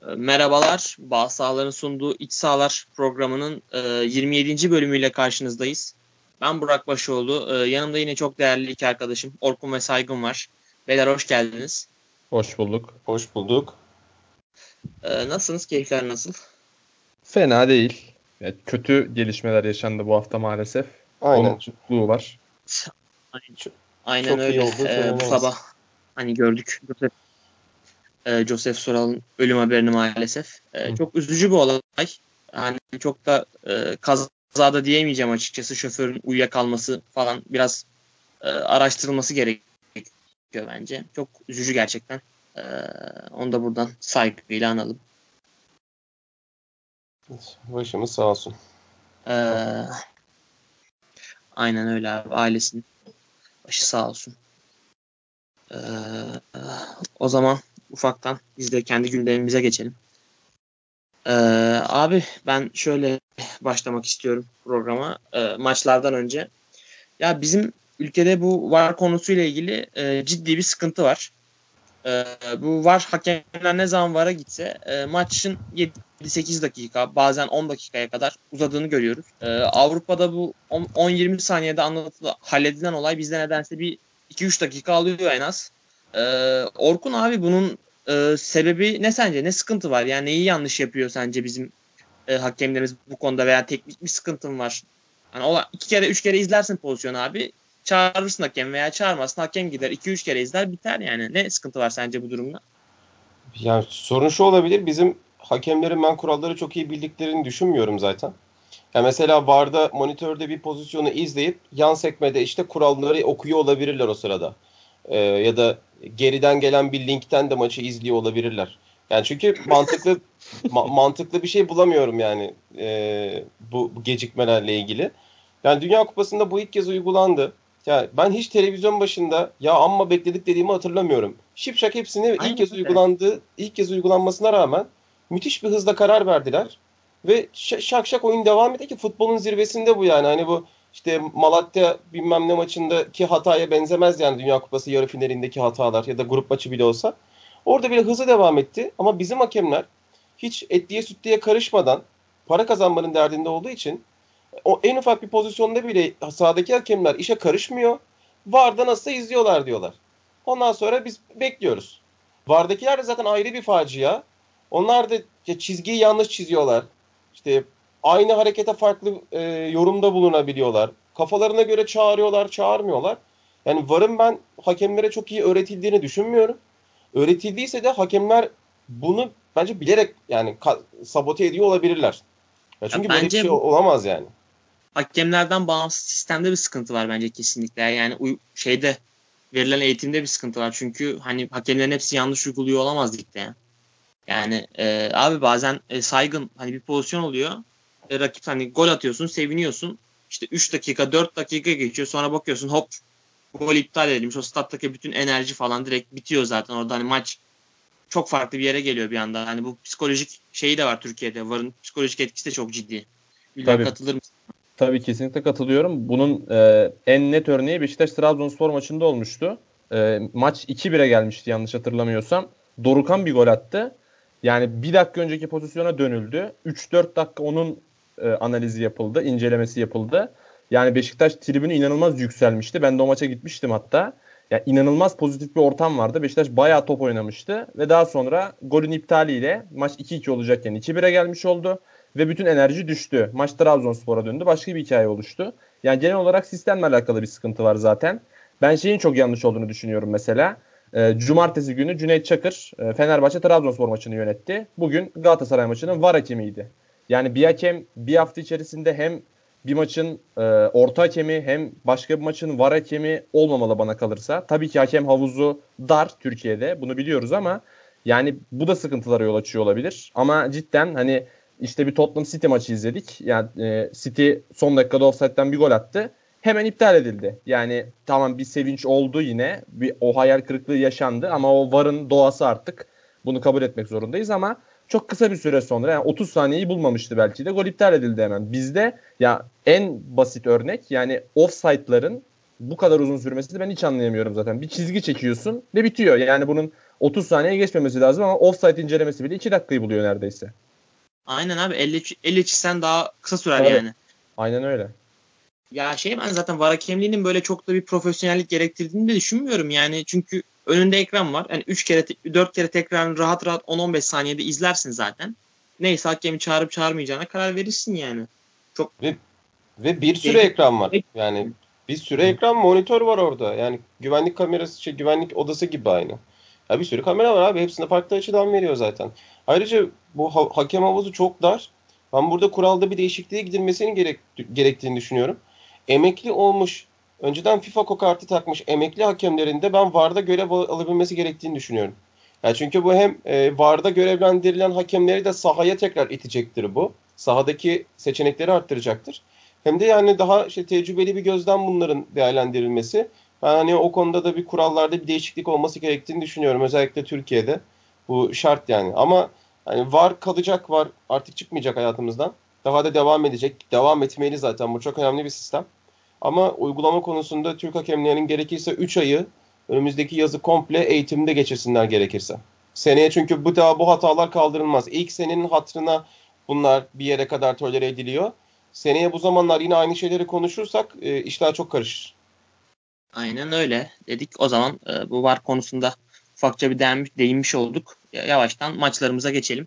Merhabalar, Bağ Sahaların sunduğu İç Sahalar programının 27. bölümüyle karşınızdayız. Ben Burak Başoğlu, yanımda yine çok değerli iki arkadaşım Orkun ve Saygın var. Beyler hoş geldiniz. Hoş bulduk. Hoş bulduk. Nasılsınız, keyifler nasıl? Fena değil. Yani kötü gelişmeler yaşandı bu hafta maalesef. Aynen. Onun mutluluğu var. Aynen çok öyle. iyi olduğu Bu söylenemez. sabah hani gördük Josef Soral'ın ölüm haberini maalesef. Çok üzücü bir olay. Yani çok da kazada diyemeyeceğim açıkçası. Şoförün uyuyakalması falan biraz araştırılması gerekiyor bence. Çok üzücü gerçekten. Onu da buradan saygıyla analım. Başımız sağ olsun. Aynen öyle abi. Ailesinin başı sağ olsun. O zaman ufaktan biz de kendi gündemimize geçelim. Abi ben şöyle başlamak istiyorum programa maçlardan önce. Ya bizim ülkede bu VAR konusuyla ilgili ciddi bir sıkıntı var. Bu VAR hakemler ne zaman VAR'a gitse maçın 7-8 dakika bazen 10 dakikaya kadar uzadığını görüyoruz. Avrupa'da bu 10-20 saniyede halledilen olay bizde nedense bir 2-3 dakika alıyor en az. Orkun abi bunun sebebi ne sence? Ne sıkıntı var? Yani neyi yanlış yapıyor sence bizim hakemlerimiz bu konuda veya teknik bir sıkıntı mı var? Hani 2 kere 3 kere izlersin pozisyonu abi. Çağırırsın hakem veya çağırmazsın hakem gider 2-3 kere izler biter yani. Ne sıkıntı var sence bu durumda? Yani sorun şu olabilir. Bizim hakemlerin ben kuralları çok iyi bildiklerini düşünmüyorum zaten. Ya mesela VAR'da monitörde bir pozisyonu izleyip yan sekmede işte kuralları okuyor olabilirler o sırada. Ya da geriden gelen bir linkten de maçı izliyor olabilirler. Yani çünkü mantıklı bir şey bulamıyorum yani bu gecikmelerle ilgili. Yani Dünya Kupası'nda bu ilk kez uygulandı. Ya ben hiç televizyon başında ya amma bekledik dediğimi hatırlamıyorum. Şipşak hepsini Aynen öyle. ilk kez uygulanmasına rağmen müthiş bir hızla karar verdiler. Ve şak şak oyun devam etti ki futbolun zirvesinde bu yani. Hani bu işte Malatya bilmem ne maçındaki hataya benzemez yani Dünya Kupası yarı finalindeki hatalar ya da grup maçı bile olsa. Orada bile hızlı devam etti ama bizim hakemler hiç etliye sütlüye karışmadan para kazanmanın derdinde olduğu için o en ufak bir pozisyonda bile sahadaki hakemler işe karışmıyor. VAR'da nasılsa izliyorlar diyorlar. Ondan sonra biz bekliyoruz. VAR'dakiler de zaten ayrı bir facia. Onlar da çizgiyi yanlış çiziyorlar. İşte aynı harekete farklı yorumda bulunabiliyorlar. Kafalarına göre çağırıyorlar, çağırmıyorlar. Yani VAR'ın ben hakemlere çok iyi öğretildiğini düşünmüyorum. Öğretildiyse de hakemler bunu bence bilerek yani sabote ediyor olabilirler. Ya Ya çünkü böyle bir bence şey bu olamaz yani. hakemlerden bağımsız sistemde bir sıkıntı var bence kesinlikle. Yani şeyde verilen eğitimde bir sıkıntı var. Çünkü hani hakemlerin hepsi yanlış uyguluyor olamaz ligde yani. Yani abi bazen saygın hani bir pozisyon oluyor. Rakip hani gol atıyorsun, seviniyorsun. İşte 3 dakika, 4 dakika geçiyor. Sonra bakıyorsun hop gol iptal edilmiş. O stat'taki bütün enerji falan direkt bitiyor zaten. Orada hani maç çok farklı bir yere geliyor bir anda. Hani bu psikolojik şeyi de var Türkiye'de. VAR'ın psikolojik etkisi de çok ciddi. Bilmem Tabii. katılır mısın? Tabii kesinlikle katılıyorum. Bunun en net örneği Beşiktaş-Trabzonspor maçında olmuştu. Maç 2-1'e gelmişti yanlış hatırlamıyorsam. Dorukhan bir gol attı. Yani bir dakika önceki pozisyona dönüldü. 3-4 dakika onun analizi yapıldı, incelemesi yapıldı. Yani Beşiktaş tribünü inanılmaz yükselmişti. Ben de o maça gitmiştim hatta. Yani inanılmaz pozitif bir ortam vardı. Beşiktaş bayağı top oynamıştı. Ve daha sonra golün iptaliyle maç 2-2 olacakken 2-1'e gelmiş oldu. Ve bütün enerji düştü. Maç Trabzonspor'a döndü. Başka bir hikaye oluştu. Yani genel olarak sistemle alakalı bir sıkıntı var zaten. Ben şeyin çok yanlış olduğunu düşünüyorum mesela. Cumartesi günü Cüneyt Çakır Fenerbahçe Trabzonspor maçını yönetti. Bugün Galatasaray maçının VAR hakemiydi. Yani bir hakem bir hafta içerisinde hem bir maçın orta hakemi hem başka bir maçın VAR hakemi olmamalı bana kalırsa. Tabii ki hakem havuzu dar Türkiye'de. Bunu biliyoruz ama yani bu da sıkıntılara yol açıyor olabilir. Ama cidden hani işte bir Tottenham City maçı izledik. Yani City son dakikada offside'den bir gol attı. Hemen iptal edildi. Yani tamam bir sevinç oldu yine. O hayal kırıklığı yaşandı ama o VAR'ın doğası artık. Bunu kabul etmek zorundayız ama çok kısa bir süre sonra yani 30 saniyeyi bulmamıştı belki de gol iptal edildi hemen. Bizde ya en basit örnek yani offside'ların bu kadar uzun sürmesini ben hiç anlayamıyorum zaten. Bir çizgi çekiyorsun ve bitiyor. Yani bunun 30 saniye geçmemesi lazım ama offside incelemesi bile 2 dakikayı buluyor neredeyse. Aynen abi, elle çizsen daha kısa sürer Tabii. yani. Aynen öyle. Ya ben zaten VAR hakemliğinin böyle çok da bir profesyonellik gerektirdiğini de düşünmüyorum yani. Çünkü önünde ekran var. Yani 3 kere 4 kere tekrarını rahat 10-15 saniyede izlersin zaten. Neyse hakemi çağırıp çağırmayacağına karar verirsin yani. Çok Ve bir sürü değişik. ekran var. Yani bir sürü ekran, monitör var orada. Yani güvenlik kamerası, güvenlik odası gibi aynı. Ya bir sürü kamera var abi. Hepsine farklı açıdan veriyor zaten. Ayrıca bu hakem havuzu çok dar. Ben burada kuralda bir değişikliğe gidilmesinin gerektiğini düşünüyorum. Emekli olmuş, önceden FIFA kokartı takmış emekli hakemlerin de ben VAR'da görev alabilmesi gerektiğini düşünüyorum. Ya çünkü bu hem VAR'da görevlendirilen hakemleri de sahaya tekrar itecektir bu. Sahadaki seçenekleri arttıracaktır. Hem de yani daha tecrübeli bir gözden bunların değerlendirilmesi. Ben hani o konuda da bir kurallarda bir değişiklik olması gerektiğini düşünüyorum. Özellikle Türkiye'de bu şart yani. Ama hani VAR kalacak, VAR artık çıkmayacak hayatımızdan. Daha da devam edecek. Devam etmeli zaten. Bu çok önemli bir sistem. Ama uygulama konusunda Türk hakemlerinin gerekirse 3 ayı önümüzdeki yazı komple eğitimde geçirsinler gerekirse. Seneye çünkü bu hatalar kaldırılmaz. İlk senenin hatırına bunlar bir yere kadar tolere ediliyor. Seneye bu zamanlar yine aynı şeyleri konuşursak işler çok karışır. Aynen öyle dedik. O zaman bu VAR konusunda ufakça bir değinmiş olduk. Yavaştan maçlarımıza geçelim.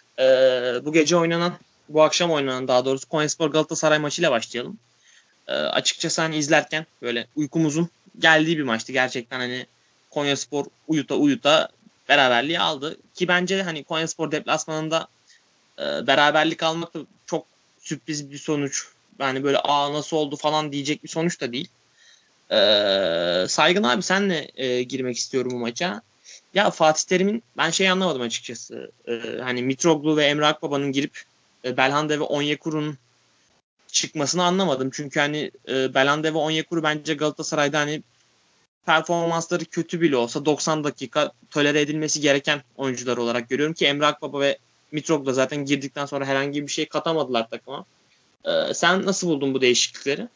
Bu akşam oynanan daha doğrusu Konyaspor Galatasaray maçıyla başlayalım. Açıkçası hani izlerken böyle uykumuzun geldiği bir maçtı. Gerçekten hani Konyaspor uyuta uyuta beraberliği aldı. Ki bence hani Konyaspor deplasmanında beraberlik almak da çok sürpriz bir sonuç. Yani böyle nasıl oldu falan diyecek bir sonuç da değil. Saygın abi senle girmek istiyorum bu maça. Ya Fatih Terim'in ben anlamadım açıkçası. Hani Mitroglou ve Emre Akbaba'nın girip Belhanda ve Onyekuru'nun çıkmasını anlamadım. Çünkü hani Belhanda ve Onyekuru bence Galatasaray'da hani performansları kötü bile olsa 90 dakika tolere edilmesi gereken oyuncular olarak görüyorum ki Emre Akbaba ve Mitroglou da zaten girdikten sonra herhangi bir şey katamadılar takıma. Sen nasıl buldun bu değişiklikleri?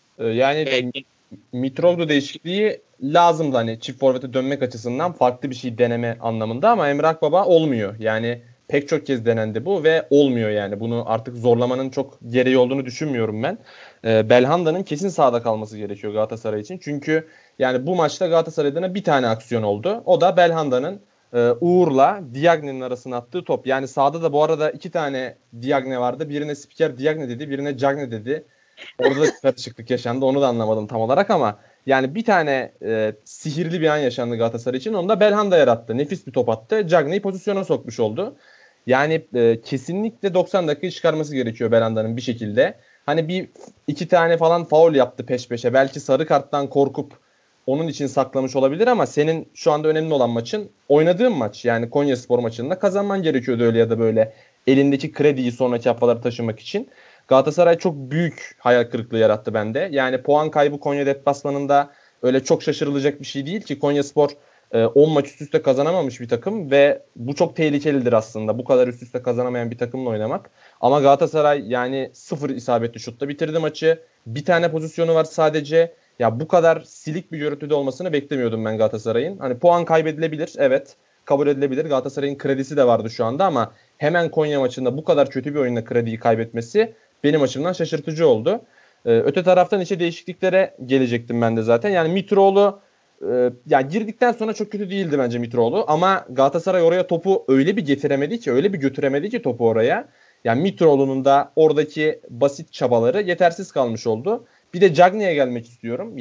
Yani Mitroglou değişikliği lazımdı hani çift forvete dönmek açısından farklı bir şey deneme anlamında ama Emre Akbaba olmuyor. Yani pek çok kez denendi bu ve olmuyor yani. Bunu artık zorlamanın çok gereği olduğunu düşünmüyorum ben. Belhanda'nın kesin sahada kalması gerekiyor Galatasaray için. Çünkü yani bu maçta Galatasaray adına bir tane aksiyon oldu. O da Belhanda'nın Uğur'la Diagne'nin arasına attığı top. Yani sahada da bu arada iki tane Diagne vardı. Birine spiker Diagne dedi, birine Cagne dedi. Orada da bir karışıklık yaşandı. Onu da anlamadım tam olarak ama yani bir tane sihirli bir an yaşandı Galatasaray için. Onu da Belhanda yarattı. Nefis bir top attı. Cagney'i pozisyona sokmuş oldu. Yani kesinlikle 90 dakikayı çıkarması gerekiyor Belhanda'nın bir şekilde. Hani bir iki tane falan faul yaptı peş peşe. Belki sarı karttan korkup onun için saklamış olabilir ama senin şu anda önemli olan maçın oynadığın maç. Yani Konyaspor maçında kazanman gerekiyordu öyle ya da böyle. Elindeki krediyi sonraki haftalara taşımak için. Galatasaray çok büyük hayal kırıklığı yarattı bende. Yani puan kaybı Konya deplasmanında öyle çok şaşırılacak bir şey değil ki Konyaspor 10 maç üst üste kazanamamış bir takım ve bu çok tehlikelidir aslında. Bu kadar üst üste kazanamayan bir takımla oynamak. Ama Galatasaray yani sıfır isabetli şutla bitirdi maçı. Bir tane pozisyonu var sadece. Ya bu kadar silik bir görüntüde olmasını beklemiyordum ben Galatasaray'ın. Hani puan kaybedilebilir, evet, kabul edilebilir. Galatasaray'ın kredisi de vardı şu anda ama hemen Konya maçında bu kadar kötü bir oyunla krediyi kaybetmesi benim açımdan şaşırtıcı oldu. Öte taraftan değişikliklere gelecektim ben de zaten. Yani Mitroğlu yani girdikten sonra çok kötü değildi bence Mitroğlu ama Galatasaray oraya topu öyle bir getiremedi ki, öyle bir götüremedi ki topu oraya. Yani Mitroğlu'nun da oradaki basit çabaları yetersiz kalmış oldu. Bir de Cagney'e gelmek istiyorum.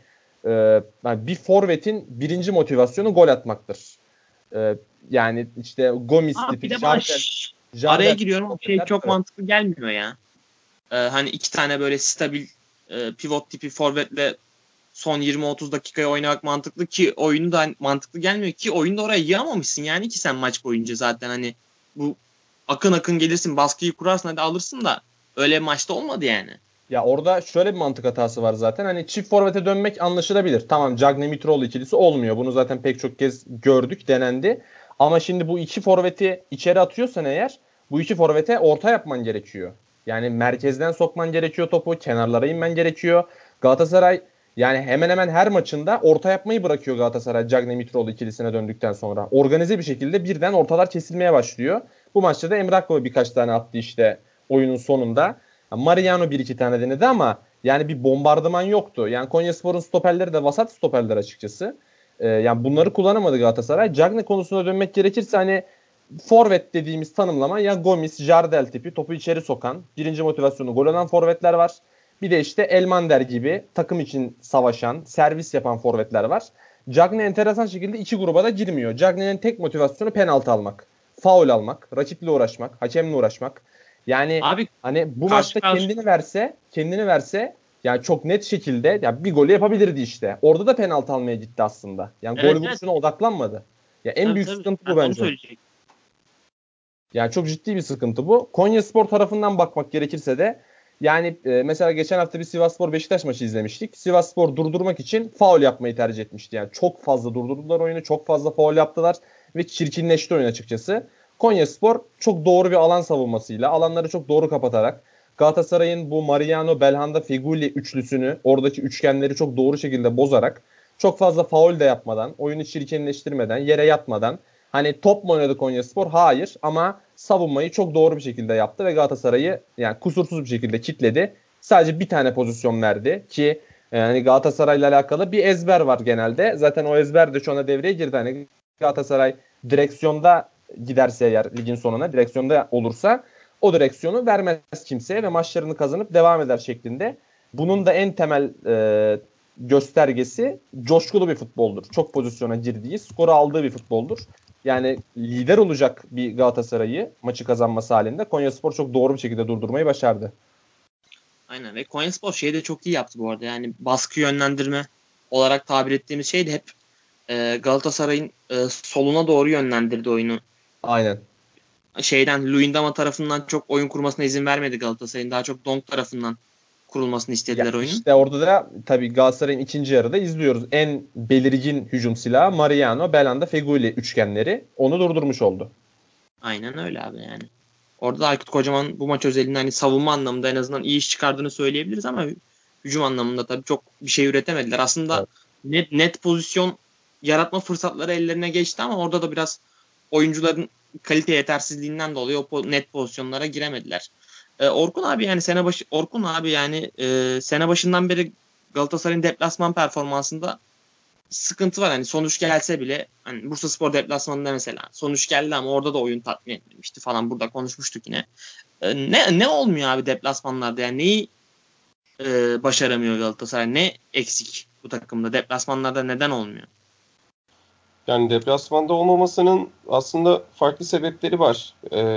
Yani bir forvetin birinci motivasyonu gol atmaktır. Yani işte Gomis Abi tipi, bir de araya Jardel giriyorum ama forvetler çok böyle. mantıklı gelmiyor ya. Hani iki tane böyle stabil pivot tipi forvetle son 20-30 dakikaya oynamak mantıklı ki oyunu da mantıklı gelmiyor ki oyunu da oraya yığamamışsın yani ki sen maç boyunca zaten hani bu akın akın gelirsin baskıyı kurarsın hadi alırsın da öyle maçta olmadı yani. Ya orada şöyle bir mantık hatası var zaten. Hani çift forvete dönmek anlaşılabilir. Tamam, Cagney Mitroğlu ikilisi olmuyor. Bunu zaten pek çok kez gördük, denendi. Ama şimdi bu iki forveti içeri atıyorsan eğer bu iki forvete orta yapman gerekiyor. Yani merkezden sokman gerekiyor topu. Kenarlara inmen gerekiyor. Galatasaray Yani hemen hemen her maçında orta yapmayı bırakıyor Galatasaray Cagney Mitroğlu ikilisine döndükten sonra. Organize bir şekilde birden ortalar kesilmeye başlıyor. Bu maçta da Emre Akbaba birkaç tane attı işte oyunun sonunda. Mariano bir iki tane denedi ama yani bir bombardıman yoktu. Yani Konyaspor'un stoperleri de vasat stoperler açıkçası. Yani bunları kullanamadı Galatasaray. Cagney konusuna dönmek gerekirse hani forvet dediğimiz tanımlama ya Gomis, Jardel tipi topu içeri sokan, birinci motivasyonu gol olan forvetler var. Bir de işte Elmander gibi takım için savaşan, servis yapan forvetler var. Cagney enteresan şekilde iki gruba da girmiyor. Cagney'in tek motivasyonu penaltı almak, faul almak, rakiple uğraşmak, hakemle uğraşmak. Yani Abi hani bu karşı maçta karşı kendini verse yani çok net şekilde ya bir golü yapabilirdi işte. Orada da penaltı almaya gitti aslında. Yani gol evet evet, vuruşuna odaklanmadı. Ya en tabii büyük tabii. sıkıntı Ben bu de onu bence. söyleyecektim. Yani çok ciddi bir sıkıntı bu. Konyaspor tarafından bakmak gerekirse de yani mesela geçen hafta bir Sivasspor Beşiktaş maçı izlemiştik. Sivasspor durdurmak için faul yapmayı tercih etmişti. Yani çok fazla durdurdular oyunu, çok fazla faul yaptılar ve çirkinleşti oyun açıkçası. Konyaspor çok doğru bir alan savunmasıyla, alanları çok doğru kapatarak Galatasaray'ın bu Mariano, Belhanda, Feguli üçlüsünü, oradaki üçgenleri çok doğru şekilde bozarak çok fazla faul de yapmadan, oyunu çirkinleştirmeden, yere yatmadan. Hani top mu oynadı Konyaspor? Hayır ama savunmayı çok doğru bir şekilde yaptı ve Galatasaray'ı yani kusursuz bir şekilde kitledi. Sadece bir tane pozisyon verdi ki yani Galatasaray'la alakalı bir ezber var genelde. Zaten o ezber de şu anda devreye girdi. Hani Galatasaray direksiyonda giderse eğer ligin sonuna direksiyonda olursa o direksiyonu vermez kimseye ve maçlarını kazanıp devam eder şeklinde. Bunun da en temel göstergesi coşkulu bir futboldur. Çok pozisyona girdiği, skoru aldığı bir futboldur. Yani lider olacak bir Galatasaray'ı maçı kazanması halinde Konyaspor çok doğru bir şekilde durdurmayı başardı. Aynen, ve Konyaspor şeyi de çok iyi yaptı bu arada. Yani baskı yönlendirme olarak tabir ettiğimiz şey de hep Galatasaray'ın soluna doğru yönlendirdi oyunu. Aynen. Luyendama tarafından çok oyun kurmasına izin vermedi Galatasaray'ın. Daha çok Donk tarafından kurulmasını Ya istediler oyunun. işte orada da tabii Galatasaray'ın ikinci yarıda izliyoruz. En belirgin hücum silahı Mariano, Belhanda, Feguli üçgenleri onu durdurmuş oldu. Aynen öyle abi yani. Orada da Aykut Kocaman bu maç özelinde hani savunma anlamında en azından iyi iş çıkardığını söyleyebiliriz ama hücum anlamında tabii çok bir şey üretemediler. Aslında Evet. net pozisyon yaratma fırsatları ellerine geçti ama orada da biraz oyuncuların kalite yetersizliğinden dolayı o net pozisyonlara giremediler. Orkun abi yani sene başından beri Galatasaray'ın deplasman performansında sıkıntı var. Hani sonuç gelse bile hani Bursaspor deplasmanında mesela sonuç geldi ama orada da oyun tatmin etmemişti falan. Burada konuşmuştuk yine. Ne olmuyor abi deplasmanlarda? Yani neyi başaramıyor Galatasaray? Ne eksik bu takımda? Deplasmanlarda neden olmuyor? Yani deplasmanda olmamasının aslında farklı sebepleri var.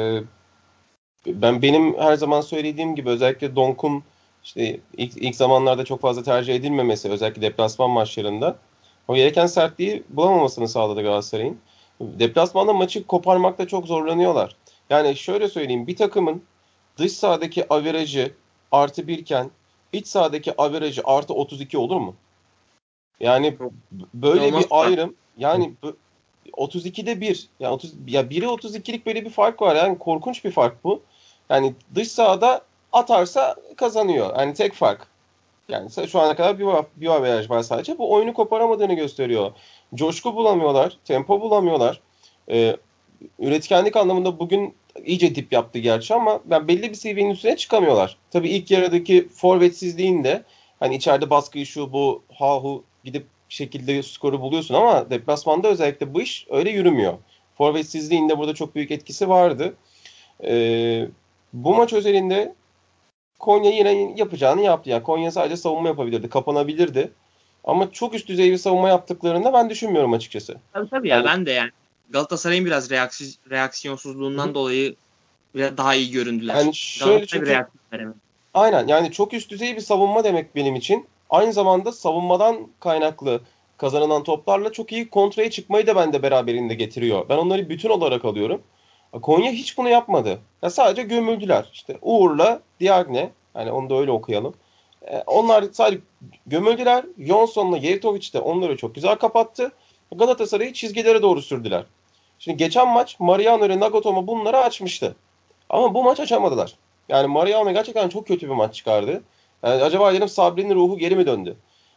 Benim her zaman söylediğim gibi özellikle Donk'un işte ilk zamanlarda çok fazla tercih edilmemesi özellikle deplasman maçlarında o gereken sertliği bulamamasını sağladı Galatasaray'ın. Deplasmanda maçı koparmakta çok zorlanıyorlar. Yani şöyle söyleyeyim, bir takımın dış sahadaki averajı artı 1 iken iç sahadaki averajı artı 32 olur mu? Yani Çok böyle bir inanılmaz fark. ayrım, yani 32'de 1. Yani 30, ya 1'e 32'lik böyle bir fark var. Yani korkunç bir fark bu. Yani dış sahada atarsa kazanıyor. Yani tek fark. Yani şu ana kadar bir averaj var sadece. Bu oyunu koparamadığını gösteriyor. Coşku bulamıyorlar, tempo bulamıyorlar. Ee, Üretkenlik anlamında bugün iyice dip yaptı gerçi ama ben belli bir seviyenin üstüne çıkamıyorlar. Tabii ilk yarıdaki forvetsizliğin de hani içeride baskıyı şu bu ha hu gidip bir şekilde skoru buluyorsun ama deplasmanda özellikle bu iş öyle yürümüyor. Forvetsizliğin de burada çok büyük etkisi vardı. Ee, Bu maç özelinde Konya yine yapacağını yaptı. Yani Konya sadece savunma yapabilirdi, kapanabilirdi. Ama çok üst düzey bir savunma yaptıklarını da ben düşünmüyorum açıkçası. Tabii ya, Yani ben de yani Galatasaray'ın biraz hı hı. reaksiyonsuzluğundan dolayı biraz daha iyi göründüler. Yani şöyle Galatasaray bir çünkü reaksiyon veremedi. aynen yani çok üst düzey bir savunma demek benim için. Aynı zamanda savunmadan kaynaklı kazanılan toplarla çok iyi kontraya çıkmayı da bende beraberinde getiriyor. Ben onları bütün olarak alıyorum. Konya hiç bunu yapmadı. Ya sadece gömüldüler. İşte Uğur'la Diagne. Yani onu da öyle okuyalım. Onlar sadece gömüldüler. Johnson'la Yevtovic de onları çok güzel kapattı. Galatasaray'ı çizgilere doğru sürdüler. Şimdi geçen maç Mariano ile Nagatomo bunları açmıştı. Ama bu maç açamadılar. Yani Mariano gerçekten çok kötü bir maç çıkardı. Yani acaba dedim Sabri'nin ruhu geri mi döndü?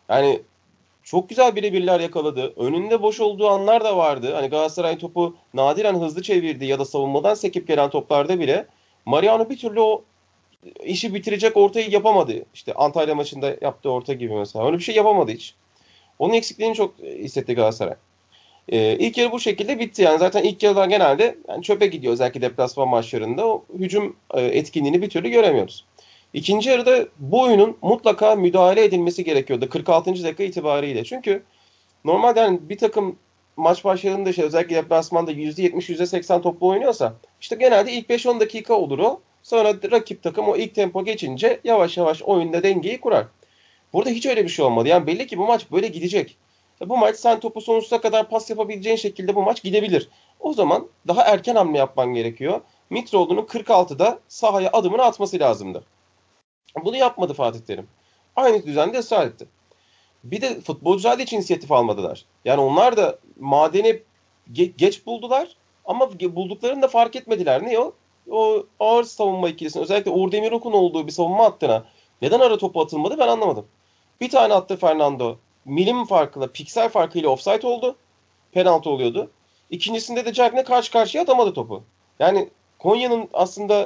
Yani çok güzel birebirler yakaladı. Önünde boş olduğu anlar da vardı. Hani Galatasaray topu nadiren hızlı çevirdi ya da savunmadan sekip gelen toplarda bile Mariano bir türlü o işi bitirecek ortayı yapamadı. İşte Antalya maçında yaptığı orta gibi mesela. Öyle bir şey yapamadı hiç. Onun eksikliğini çok hissetti Galatasaray. İlk yarı bu şekilde bitti. Yani zaten ilk yarılar genelde yani çöpe gidiyor. Özellikle deplasman maçlarında o hücum etkinliğini bir türlü göremiyoruz. İkinci yarıda bu oyunun mutlaka müdahale edilmesi gerekiyordu 46. dakika itibariyle. Çünkü normalde yani bir takım maç başlarında işte özellikle deplasmanda %70, %80 toplu oynuyorsa işte genelde ilk 5-10 dakika olur o. Sonra rakip takım o ilk tempo geçince yavaş yavaş oyunda dengeyi kurar. Burada hiç öyle bir şey olmadı. Yani belli ki bu maç böyle gidecek. Bu maç sen topu sonsuza kadar pas yapabileceğin şekilde bu maç gidebilir. O zaman daha erken hamle yapman gerekiyor. Mitroğlu'nun 46'da sahaya adımını atması lazımdı. Bunu yapmadı Fatih Terim. Aynı düzende ısrar etti. Bir de futbolcular da hiç inisiyatif almadılar. Yani onlar da madeni geç buldular ama bulduklarını da fark etmediler. Ne o? O ağır savunma ikilisinin özellikle Uğur Demirok'un olduğu bir savunma hattına neden ara topu atılmadı ben anlamadım. Bir tane attı Fernando. Milim farkıyla, piksel farkıyla offside oldu. Penaltı oluyordu. İkincisinde de Cagney karşı karşıya atamadı topu. Yani Konya'nın aslında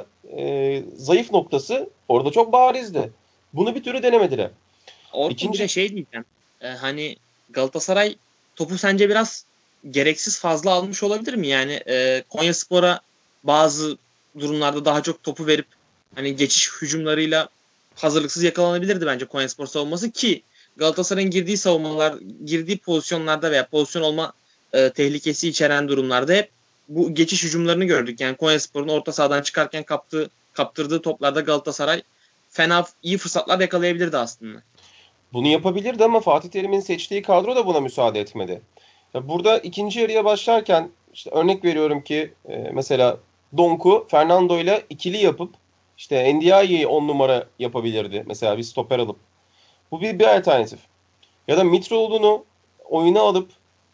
zayıf noktası orada çok barizdi. Bunu bir türlü denemediler. Orkun bir de İkinci şey diyeceğim. Hani Galatasaray topu sence biraz gereksiz fazla almış olabilir mi? Yani Konyaspor'a bazı durumlarda daha çok topu verip hani geçiş hücumlarıyla hazırlıksız yakalanabilirdi bence Konyaspor savunması ki Galatasaray'ın girdiği savunmalar, girdiği pozisyonlarda veya pozisyon olma tehlikesi içeren durumlarda hep bu geçiş hücumlarını gördük. Yani Konyaspor'un orta sahadan çıkarken kaptırdığı toplarda Galatasaray fena iyi fırsatlar yakalayabilirdi aslında. Bunu yapabilirdi ama Fatih Terim'in seçtiği kadro da buna müsaade etmedi. Ya burada ikinci yarıya başlarken işte örnek veriyorum ki mesela Donku Fernando ile ikili yapıp işte Ndiaye'yi 10 numara yapabilirdi. Mesela bir stoper alıp. Bu bir alternatif. Ya da Mitroğlu'nu oyuna alıp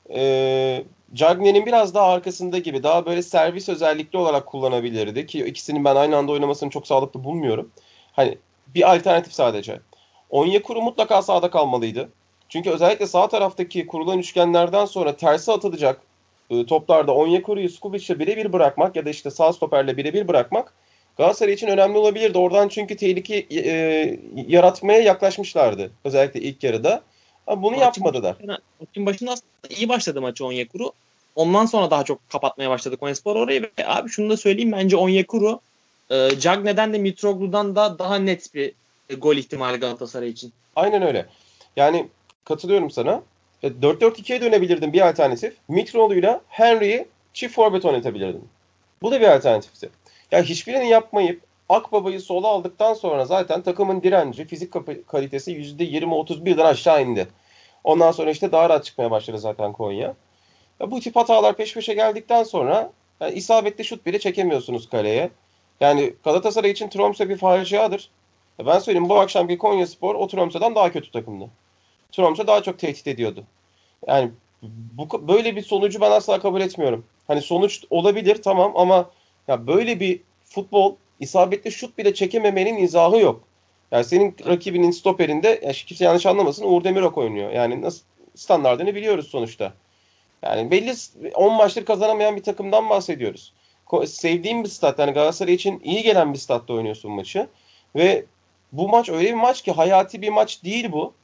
Cagney'in biraz daha arkasında gibi daha böyle servis özellikli olarak kullanabilirdi. Ki ikisinin ben aynı anda oynamasını çok sağlıklı bulmuyorum. Hani bir alternatif sadece. Onyekuru mutlaka sağda kalmalıydı. Çünkü özellikle sağ taraftaki kurulan üçgenlerden sonra tersi atılacak toplarda Onyekuru'yu Skubic'le birebir bırakmak ya da işte sağ stoperle birebir bırakmak Galatasaray için önemli olabilirdi. Oradan çünkü tehlike yaratmaya yaklaşmışlardı. Özellikle ilk yarıda. Ama bunu yapmadılar. Maçın başında aslında iyi başladı maçı Onyekuru. Ondan sonra daha çok kapatmaya başladı Konyaspor orayı ve abi şunu da söyleyeyim bence Onyekuru Cagney'den de Mitroglou'dan da daha net bir gol ihtimali Galatasaray için. Aynen öyle. Yani katılıyorum sana. 4-4-2'ye dönebilirdin bir alternatif. Mitroğlu'yla Henry'i çift forvet oynatabilirdin. Bu da bir alternatifti. Ya hiçbirini yapmayıp Akbaba'yı sola aldıktan sonra zaten takımın direnci, fizik kalitesi %20-31'den aşağı indi. Ondan sonra işte daha rahat çıkmaya başladı zaten Konya. Ya bu tip hatalar peş peşe geldikten sonra yani isabetli şut bile çekemiyorsunuz kaleye. Yani Galatasaray için Tromsø bir faciadır. Ben söyleyeyim bu akşamki Konyaspor o Tromsø'den daha kötü takımdı. Tromsø daha çok tehdit ediyordu. Yani böyle bir sonucu ben asla kabul etmiyorum. Hani sonuç olabilir tamam ama ya böyle bir futbol isabetli şut bile çekememenin izahı yok. Yani senin rakibinin stoperinde ya kimse yanlış anlamasın Uğur Demirok oynuyor. Yani nasıl standardını biliyoruz sonuçta. Yani belli 10 maçtır kazanamayan bir takımdan bahsediyoruz. Sevdiğim bir stat yani Galatasaray için iyi gelen bir statta oynuyorsun maçı. Ve bu maç öyle bir maç ki hayati bir maç değil bu.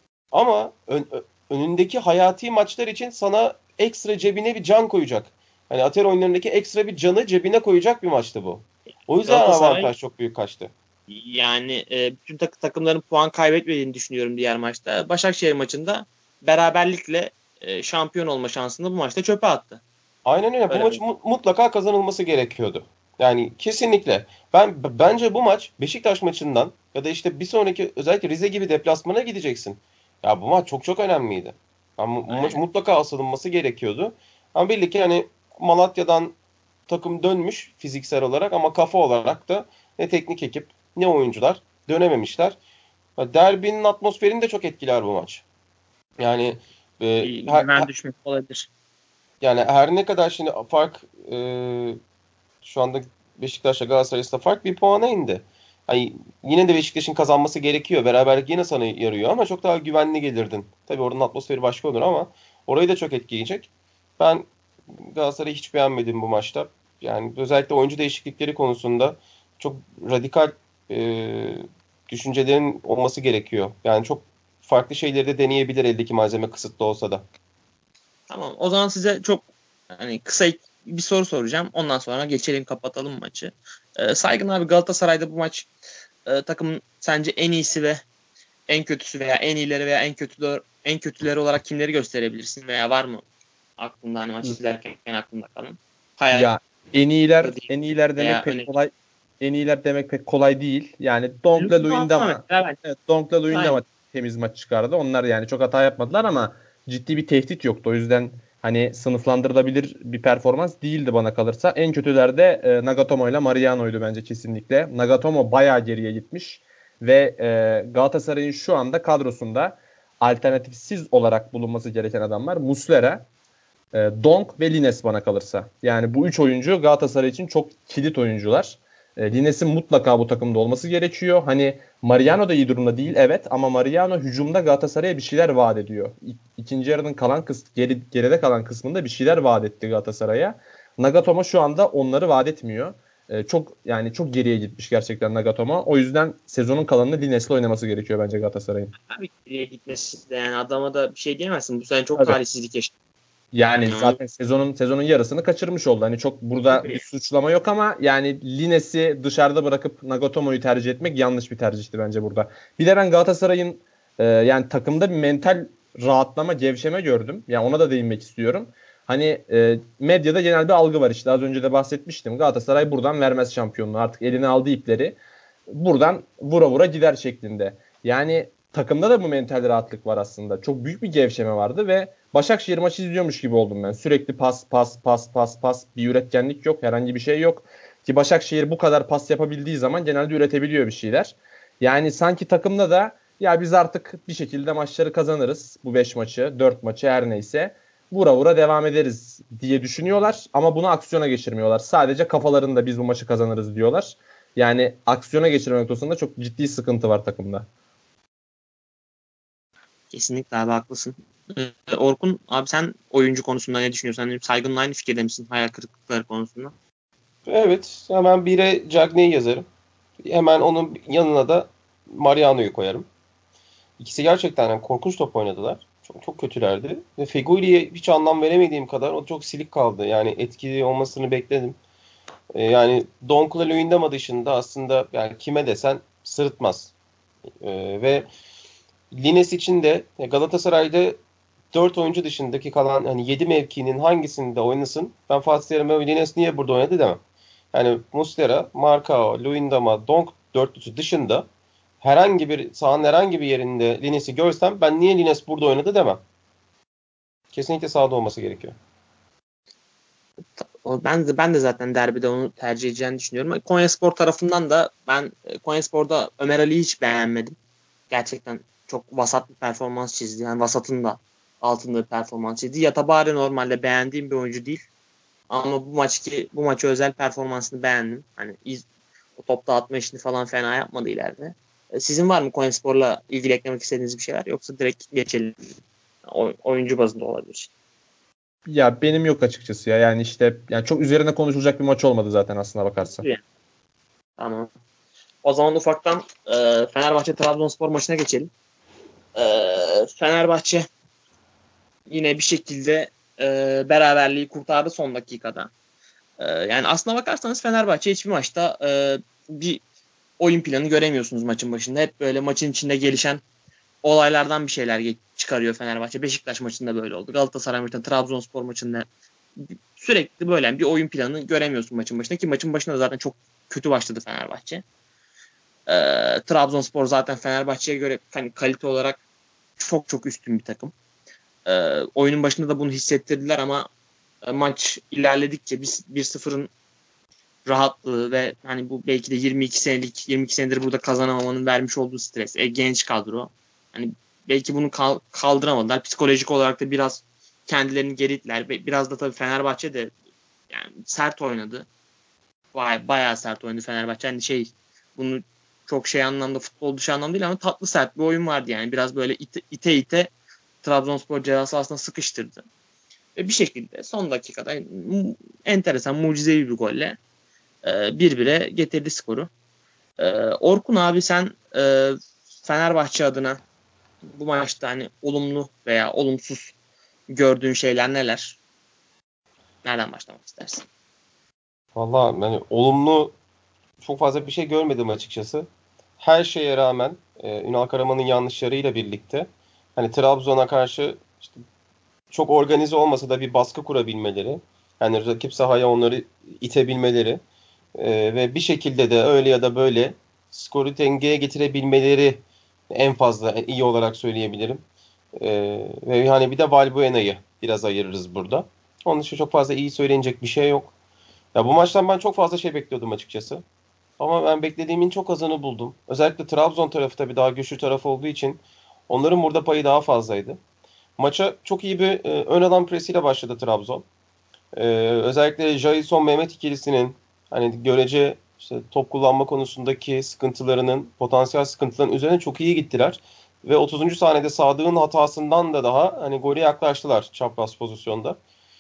Ama önündeki hayati maçlar için sana ekstra cebine bir can koyacak. Hani Ater oyunlarındaki ekstra bir canı cebine koyacak bir maçtı bu. O yüzden Galatasaray avantaj çok büyük kaçtı. yani bütün takımların puan kaybetmediğini düşünüyorum diğer maçta. Başakşehir maçında beraberlikle şampiyon olma şansını bu maçta çöpe attı. Aynen öyle. Bu Öyle maç mi? mutlaka kazanılması gerekiyordu. Yani kesinlikle. Bence bu maç Beşiktaş maçından ya da işte bir sonraki özellikle Rize gibi deplasmana gideceksin. Ya bu maç çok çok önemliydi. Yani bu maç Aynen. mutlaka asılınması gerekiyordu. Ama belli ki hani Malatya'dan takım dönmüş fiziksel olarak ama kafa olarak da ne teknik ekip ne oyuncular dönememişler. Derbinin atmosferini de çok etkiler bu maç. Yani e, Bir her, güven düşmesi olabilir. yani her ne kadar şimdi fark şu anda Beşiktaş'la Galatasaray arasında fark bir puana indi. Hani yine de Beşiktaş'ın kazanması gerekiyor. Beraberlik yine sana yarıyor ama çok daha güvenli gelirdin. Tabii oranın atmosferi başka olur ama orayı da çok etkileyecek. Ben Galatasaray'ı hiç beğenmedim bu maçta. Yani özellikle oyuncu değişiklikleri konusunda çok radikal düşüncelerin olması gerekiyor. Yani çok farklı şeyleri de deneyebilir eldeki malzeme kısıtlı olsa da. Tamam. O zaman size çok hani kısa bir soru soracağım. Ondan sonra geçelim, kapatalım maçı. Saygın abi, Galatasaray'da bu maç takımın sence en iyisi ve en kötüsü veya en iyileri veya en kötüleri olarak kimleri gösterebilirsin veya var mı aklında, hani maç izlerken aklında kalan? Hayal Ya en iyiler değil en iyiler demek veya pek kolay. En iyiler demek pek kolay değil. Yani Donk'la Luyendama Luyendama, mesela bence. evet, Donk'la Aynen. Luyendama temiz maç çıkardı. Onlar yani çok hata yapmadılar ama ciddi bir tehdit yoktu. O yüzden hani sınıflandırılabilir bir performans değildi bana kalırsa. En kötüler de Nagatomo ile Mariano'ydu bence kesinlikle. Nagatomo bayağı geriye gitmiş ve Galatasaray'ın şu anda kadrosunda alternatifsiz olarak bulunması gereken adamlar Muslera, Donk ve Lines bana kalırsa. Yani bu üç oyuncu Galatasaray için çok kilit oyuncular. Lines'in mutlaka bu takımda olması gerekiyor. Hani Mariano da iyi durumda değil, evet, ama Mariano hücumda Galatasaray'a bir şeyler vaat ediyor. İkinci yarının kalan geride kalan kısmında bir şeyler vaat etti Galatasaray'a. Nagatomo şu anda onları vaat etmiyor. Çok geriye gitmiş gerçekten Nagatomo. O yüzden sezonun kalanını Lines'le oynaması gerekiyor bence Galatasaray'ın. Tabii ki geriye gitmesi de, yani adama da bir şey diyemezsin. Bu sene çok Tabii. talihsizlik yaşadı. Yani Yani onu zaten sezonun yarısını kaçırmış oldu. Hani çok burada bir tabii. suçlama yok ama yani Lines'i dışarıda bırakıp Nagatomo'yu tercih etmek yanlış bir tercihti bence burada. Bir de ben Galatasaray'ın yani takımda bir mental rahatlama, gevşeme gördüm. Yani ona da değinmek istiyorum. Hani medyada genel bir algı var, işte az önce de bahsetmiştim. Galatasaray buradan vermez şampiyonluğu. Artık eline aldığı ipleri buradan vura vura gider şeklinde. Yani takımda da bu mental rahatlık var aslında. Çok büyük bir gevşeme vardı ve Başakşehir maçı izliyormuş gibi oldum ben. Sürekli pas pas pas pas pas, bir üretkenlik yok, herhangi bir şey yok. Ki Başakşehir bu kadar pas yapabildiği zaman genelde üretebiliyor bir şeyler. Yani sanki takımda da ya biz artık bir şekilde maçları kazanırız. Bu 5 maçı, 4 maçı her neyse. Vura vura devam ederiz diye düşünüyorlar ama bunu aksiyona geçirmiyorlar. Sadece kafalarında biz bu maçı kazanırız diyorlar. Yani aksiyona geçirme noktasında çok ciddi sıkıntı var takımda. Kesinlikle abi, haklısın. Orkun abi, sen oyuncu konusunda ne düşünüyorsun? Hani Saygın'la aynı fikirde misin hayal kırıklıkları konusunda? Evet, hemen bire Cagney'i yazarım. Hemen onun yanına da Mariano'yu koyarım. İkisi gerçekten yani korkunç top oynadılar. Çok çok kötülerdi. Ve Feghoili'ye hiç anlam veremediğim kadar o çok silik kaldı. Yani etkili olmasını bekledim. Yani Donk'la Luyendama dışında aslında yani kime desen sırıtmaz. Ve Lines için de Galatasaray'da 4 oyuncu dışındaki kalan hani 7 mevkinin hangisinde oynasın, ben Fatih Terim'e Lines niye burada oynadı demem. Yani Muslera, Marcao, Luyendama, Donk dörtlüsü dışında herhangi bir sahanın herhangi bir yerinde Lines'i görsem ben niye Lines burada oynadı demem. Kesinlikle sahada olması gerekiyor. Ben de zaten derbide onu tercih edeceğini düşünüyorum. Konyaspor tarafından da ben Konyaspor'da Ömer Ali'yi hiç beğenmedim. Gerçekten çok vasat bir performans çizdi. Yani vasatın da altında bir performans çizdi. Yatabari normalde beğendiğim bir oyuncu değil. Ama bu maçı özel performansını beğendim. Hani o top dağıtma işini falan fena yapmadı ileride. Sizin var mı Konyaspor'la ilgili eklemek istediğiniz bir şeyler? Yoksa direkt geçelim. Oyuncu bazında olabilir. Ya benim yok açıkçası ya. Yani işte yani çok üzerine konuşulacak bir maç olmadı zaten aslına bakarsan. Tamam. O zaman ufaktan Fenerbahçe Trabzonspor maçına geçelim. Fenerbahçe yine bir şekilde beraberliği kurtardı son dakikada. Yani aslına bakarsanız Fenerbahçe hiçbir maçta bir oyun planı göremiyorsunuz maçın başında. Hep böyle maçın içinde gelişen olaylardan bir şeyler çıkarıyor Fenerbahçe. Beşiktaş maçında böyle oldu. Galatasaray maçında, Trabzonspor maçında sürekli böyle bir oyun planı göremiyorsun maçın başında, ki maçın başında da zaten çok kötü başladı Fenerbahçe. Trabzonspor zaten Fenerbahçe'ye göre hani kalite olarak çok çok üstün bir takım. Oyunun başında da bunu hissettirdiler ama maç ilerledikçe 1-0'ın rahatlığı ve hani bu belki de 22 senedir burada kazanamamanın vermiş olduğu stres. Genç kadro. Hani belki bunu kaldıramadılar. Psikolojik olarak da biraz kendilerini gerittiler. Biraz da tabii Fenerbahçe de yani sert oynadı. Bayağı sert oynadı Fenerbahçe. Hani bunu çok şey anlamda, futbol dışı anlamda değil ama tatlı sert bir oyun vardı yani. Biraz böyle ite Trabzonspor ceza sahasına sıkıştırdı. Ve bir şekilde son dakikada enteresan, mucizevi bir golle 1-1'e getirdi skoru. Orkun abi, sen Fenerbahçe adına bu maçta hani olumlu veya olumsuz gördüğün şeyler neler? Nereden başlamak istersin? Valla yani olumlu çok fazla bir şey görmedim açıkçası. Her şeye rağmen Ünal Karaman'ın yanlışlarıyla birlikte hani Trabzon'a karşı işte çok organize olmasa da bir baskı kurabilmeleri, yani rakip sahaya onları itebilmeleri ve bir şekilde de öyle ya da böyle skoru dengeye getirebilmeleri en fazla iyi olarak söyleyebilirim. Ve hani bir de Valbuena'yı biraz ayırırız burada. Onun için çok fazla iyi söylenecek bir şey yok. Ya bu maçtan ben çok fazla şey bekliyordum açıkçası. Ama ben beklediğimin çok azını buldum. Özellikle Trabzon tarafı tabii daha güçlü taraf olduğu için onların burada payı daha fazlaydı. Maça çok iyi bir ön alan presiyle başladı Trabzon. Özellikle Jailson Mehmet ikilisinin hani görece işte top kullanma konusundaki sıkıntılarının, potansiyel sıkıntıların üzerine çok iyi gittiler. Ve 30. saniyede Sadık'ın hatasından da daha hani gole yaklaştılar çapraz pozisyonda.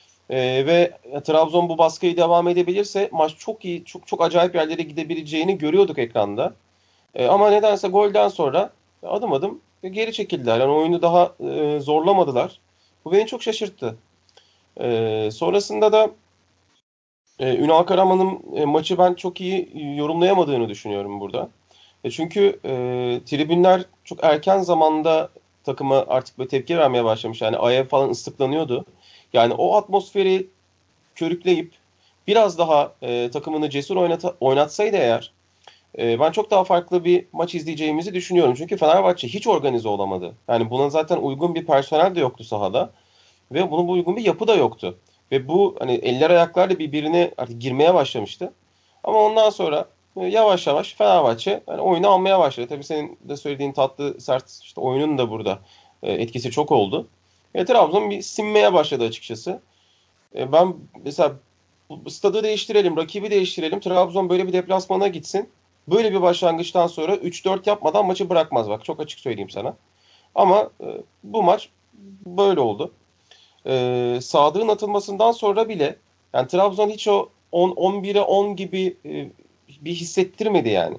Ve Trabzon bu baskıyı devam edebilirse maç çok iyi, çok çok acayip yerlere gidebileceğini görüyorduk ekranda. Ama nedense golden sonra adım adım geri çekildiler. Yani oyunu daha zorlamadılar. Bu beni çok şaşırttı. Sonrasında da Ünal Karaman'ın maçı ben çok iyi yorumlayamadığını düşünüyorum burada. Çünkü tribünler çok erken zamanda takıma artık böyle tepki vermeye başlamış. Yani ayağı falan ıslıklanıyordu. Yani o atmosferi körükleyip biraz daha takımını cesur oynatsaydı eğer ben çok daha farklı bir maç izleyeceğimizi düşünüyorum. Çünkü Fenerbahçe hiç organize olamadı. Yani buna zaten uygun bir personel de yoktu sahada. Ve bunun uygun bir yapı da yoktu. Ve bu hani eller ayaklarla birbirine artık girmeye başlamıştı. Ama ondan sonra yavaş yavaş Fenerbahçe yani oyunu almaya başladı. Tabii senin de söylediğin tatlı sert işte oyunun da burada etkisi çok oldu. Trabzon bir sinmeye başladı açıkçası. Ben mesela bu stadı değiştirelim, rakibi değiştirelim. Trabzon böyle bir deplasmana gitsin. Böyle bir başlangıçtan sonra 3-4 yapmadan maçı bırakmaz bak. Çok açık söyleyeyim sana. Ama bu maç böyle oldu. Sadık'ın atılmasından sonra bile yani Trabzon hiç o 10 11'e 10 gibi bir hissettirmedi yani.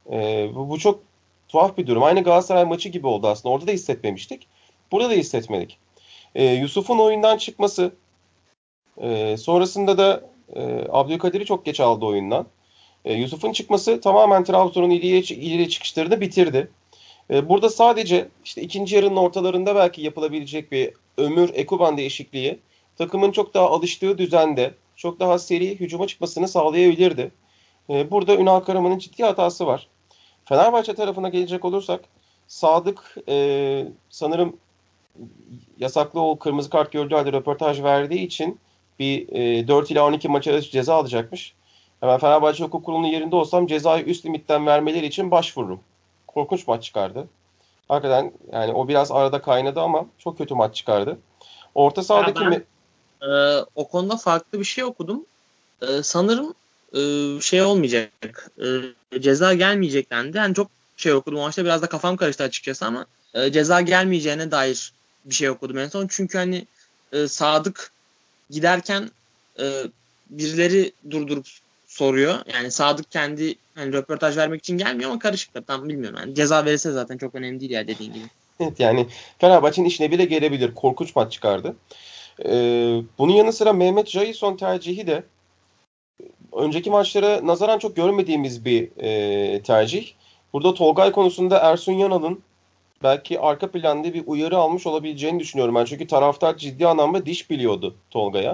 Bu çok tuhaf bir durum. Aynı Galatasaray maçı gibi oldu aslında. Orada da hissetmemiştik. Burada da hissetmedik. Yusuf'un oyundan çıkması, sonrasında da Abdülkadir'i çok geç aldı oyundan. Yusuf'un çıkması tamamen Trabzon'un ileriye çıkışlarını bitirdi. Burada sadece işte ikinci yarının ortalarında belki yapılabilecek bir Ömür Ekuban değişikliği takımın çok daha alıştığı düzende çok daha seri hücuma çıkmasını sağlayabilirdi. Burada Ünal Karaman'ın ciddi hatası var. Fenerbahçe tarafına gelecek olursak Sadık sanırım yasaklı o kırmızı kart gördüğü halde röportaj verdiği için bir 4 ila 12 maç arası ceza alacakmış. Hemen Fenerbahçe Hukuk Kurulu'nun yerinde olsam cezayı üst limitten vermeleri için başvururum. Korkunç maç çıkardı. Hakikaten yani o biraz arada kaynadı ama çok kötü maç çıkardı. Orta Ya sahadaki ben o konuda farklı bir şey okudum. Sanırım şey olmayacak. Ceza gelmeyecek dendi. Yani çok şey okudum. O maçta biraz da kafam karıştı açıkçası ama ceza gelmeyeceğine dair bir şey okudum en son. Çünkü hani Sadık giderken e, birileri durdurup soruyor. Yani Sadık kendi hani röportaj vermek için gelmiyor ama karışıklar. Tam bilmiyorum. Yani ceza verirse zaten çok önemli değil ya, dediğin gibi. evet, yani Fenerbahçe'nin işine bile gelebilir. Korkunç maç çıkardı. Bunun yanı sıra Mehmet Jailson tercihi de önceki maçlara nazaran çok görmediğimiz bir tercih. Burada Tolgay konusunda Ersun Yanal'ın belki arka planda bir uyarı almış olabileceğini düşünüyorum ben. Çünkü taraftar ciddi anlamda diş biliyordu Tolga'ya.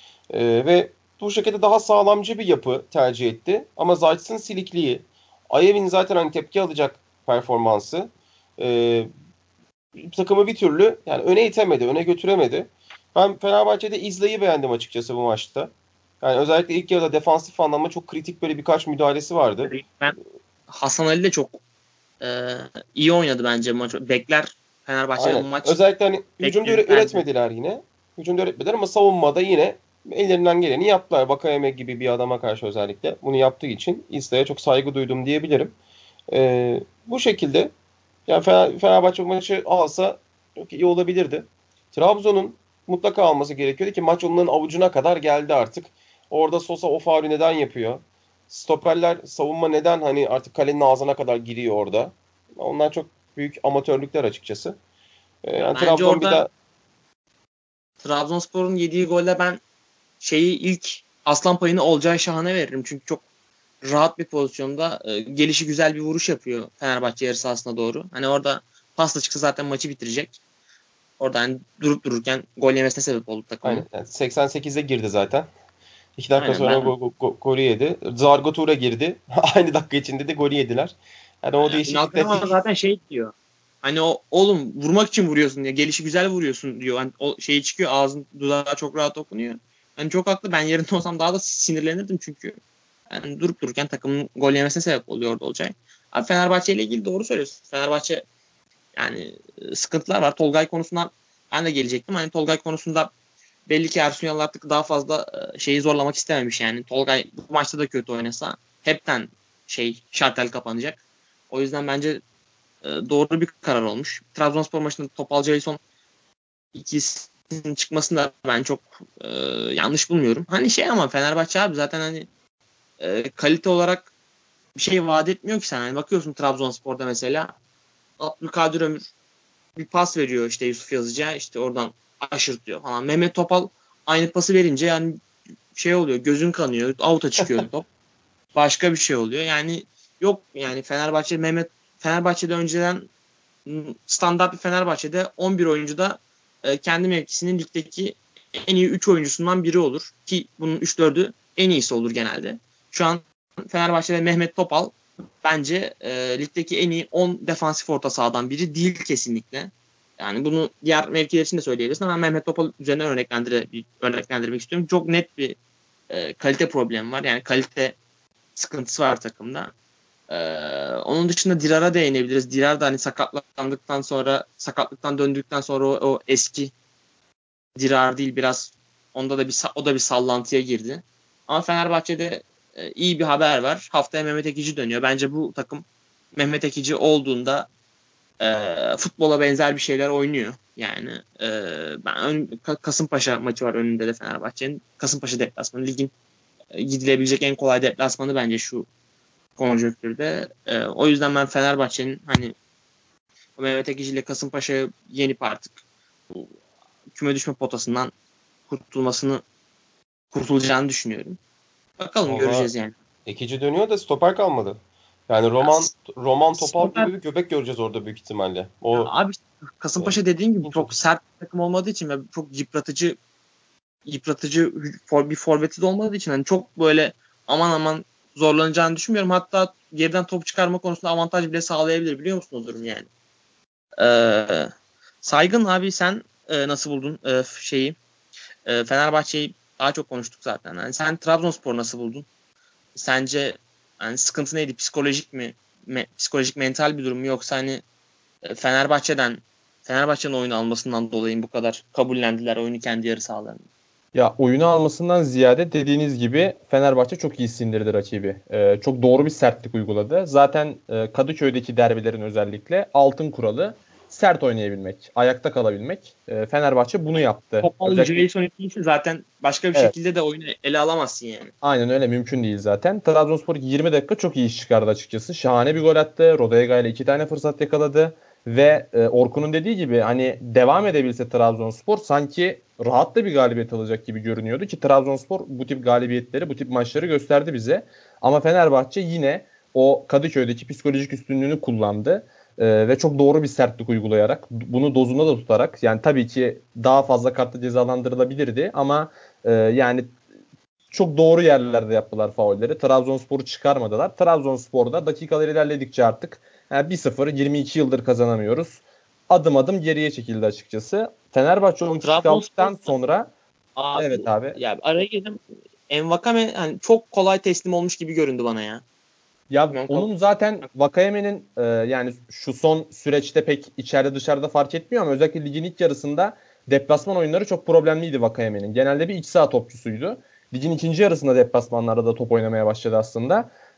Ve bu şekilde daha sağlamcı bir yapı tercih etti. Ama Zayt'sın silikliği, Ayev'in zaten hani tepki alacak performansı e, takımı bir türlü yani öne itemedi, öne götüremedi. Ben Fenerbahçe'de İzlay'ı beğendim açıkçası bu maçta. Yani özellikle ilk yarıda defansif anlamda çok kritik böyle birkaç müdahalesi vardı. Ben Hasan Ali de çok iyi oynadı bence maç. Bekler Fenerbahçe'de bu Aynen. maç Özellikle hani hücumda bekledi bence. üretmediler yine. Hücumda üretmediler ama savunmada yine ellerinden geleni yaptılar. Vakayeme gibi bir adama karşı özellikle bunu yaptığı için İzlay'a çok saygı duydum diyebilirim. Bu şekilde yani Fenerbahçe maçı alsa çok iyi olabilirdi. Trabzon'un mutlaka alması gerekiyordu ki maç onların avucuna kadar geldi artık. Orada Sosa o faulü neden yapıyor? Stoperler savunma neden hani artık kalenin ağzına kadar giriyor orada? Onlar çok büyük amatörlükler açıkçası. Yani Bence Trabzon bir orada daha Trabzonspor'un yediği golle ben ilk aslan payını Olcay Şahan'a veririm. Çünkü çok rahat bir pozisyonda gelişi güzel bir vuruş yapıyor Fenerbahçe yarı sahasına doğru. Hani orada pasla çıksa zaten maçı bitirecek. Orada hani durup dururken gol yemesine sebep oldu takımın. aynen yani 88'e girdi zaten. 2 dakika Aynen sonra ben golü yedi. Zargo Tura girdi. Aynı dakika içinde de golü yediler. Yani o Ünal değişiklikte Karaman zaten diyor. Hani oğlum vurmak için vuruyorsun diye. Gelişi güzel vuruyorsun diyor. Hani o çıkıyor ağzın dudağı çok rahat okunuyor. Hani çok haklı. Ben yerinde olsam daha da sinirlenirdim çünkü. Yani durup dururken takımın gol yemesine sebep oluyor orada Olcay. Abi Fenerbahçe ile ilgili doğru söylüyorsun. Fenerbahçe yani sıkıntılar var. Tolgay konusundan ben de gelecektim. Hani Tolgay konusunda belli ki Ersun Yanal artık daha fazla şeyi zorlamak istememiş yani. Tolgay bu maçta da kötü oynasa hepten şartel kapanacak. O yüzden bence doğru bir karar olmuş. Trabzonspor maçında Topal Ceyson ikisinin çıkmasını da ben çok yanlış bulmuyorum. Hani ama Fenerbahçe abi zaten hani kalite olarak bir şey vaat etmiyor ki sen. Hani bakıyorsun Trabzonspor'da mesela Abdülkadir Ömür bir pas veriyor işte Yusuf Yazıcı'ya işte oradan aşırtıyor falan. Mehmet Topal aynı pası verince yani oluyor gözün kanıyor out'a çıkıyor top. Başka bir şey oluyor. Yani yok yani Fenerbahçe'de önceden standart bir Fenerbahçe'de 11 oyuncuda kendi mevkisinin ligdeki en iyi 3 oyuncusundan biri olur. Ki bunun 3-4'ü en iyisi olur genelde. Şu an Fenerbahçe'de Mehmet Topal bence ligdeki en iyi 10 defansif orta sahadan biri değil kesinlikle. Yani bunu diğer mevkiler için de söyleyebilirsin ama Mehmet Topal üzerine örneklendirmek istiyorum. Çok net bir kalite problemi var. Yani kalite sıkıntısı var takımda. Onun dışında Dirar'a değinebiliriz. Dirar da hani sakatlıktan döndükten sonra o eski Dirar değil biraz o da bir sallantıya girdi. Ama Fenerbahçe'de iyi bir haber var. Haftaya Mehmet Ekici dönüyor. Bence bu takım Mehmet Ekici olduğunda futbola benzer bir şeyler oynuyor. Yani Kasımpaşa maçı var önünde de Fenerbahçe'nin. Kasımpaşa deplasmanı ligin gidilebilecek en kolay deplasmanı bence şu konjonktürde. O yüzden ben Fenerbahçe'nin hani Mehmet Ekici ile Kasımpaşa'yı yenip artık bu küme düşme potasından kurtulacağını düşünüyorum. Bakalım valla göreceğiz yani. Ekici dönüyor da stoper kalmadı. Yani Ya, Roman Topal stoper gibi bir göbek göreceğiz orada büyük ihtimalle. ya O abi Kasımpaşa dediğin gibi ilginç çok olur. sert bir takım olmadığı için ve çok yıpratıcı bir forveti de olmadığı için hani çok böyle aman aman zorlanacağını düşünmüyorum. Hatta geriden top çıkarma konusunda avantaj bile sağlayabilir biliyor musun o durum yani. Ee, Saygın abi sen nasıl buldun Fenerbahçe'yi daha çok konuştuk zaten. Yani sen Trabzonspor nasıl buldun? Sence yani sıkıntı neydi? Psikolojik mi? Psikolojik mental bir durum mu yoksa hani Fenerbahçe'nin oyunu almasından dolayı bu kadar kabullendiler oyunu kendi yarı sahalarında? Ya oyunu almasından ziyade dediğiniz gibi Fenerbahçe çok iyi sindirdi rakibi. Çok doğru bir sertlik uyguladı. Zaten Kadıköy'deki derbilerin özellikle altın kuralı sert oynayabilmek, ayakta kalabilmek. Fenerbahçe bunu yaptı. Topal Özellikle Jason değilse zaten başka bir evet, şekilde de oyunu ele alamazsın yani. aynen öyle mümkün değil zaten. Trabzonspor 20 dakika çok iyi iş çıkardı açıkçası. Şahane bir gol attı. Rodallega ile 2 tane fırsat yakaladı. Ve Orkun'un dediği gibi hani devam edebilse Trabzonspor sanki rahat da bir galibiyet alacak gibi görünüyordu ki Trabzonspor bu tip galibiyetleri, bu tip maçları gösterdi bize. Ama Fenerbahçe yine o Kadıköy'deki psikolojik üstünlüğünü kullandı. Ve çok doğru bir sertlik uygulayarak, bunu dozunda da tutarak yani tabii ki daha fazla kartla cezalandırılabilirdi ama yani çok doğru yerlerde yaptılar faulleri. Trabzonspor'u çıkarmadılar. Trabzonspor'da dakikalar ilerledikçe artık yani 1-0 22 yıldır kazanamıyoruz. Adım adım geriye çekildi açıkçası. Fenerbahçe 10 kişi Trabzonspor kaldıktan sonra evet abi abi. ya araya girdim. Envakame hani çok kolay teslim olmuş gibi göründü bana ya. Ya Bilmiyorum, onun zaten Vakayeme'nin yani şu son süreçte pek içeride dışarıda fark etmiyor ama özellikle ligin ilk yarısında deplasman oyunları çok problemliydi Vakayeme'nin. Genelde bir iç saha topçusuydu. Ligin ikinci yarısında deplasmanlarda da top oynamaya başladı aslında.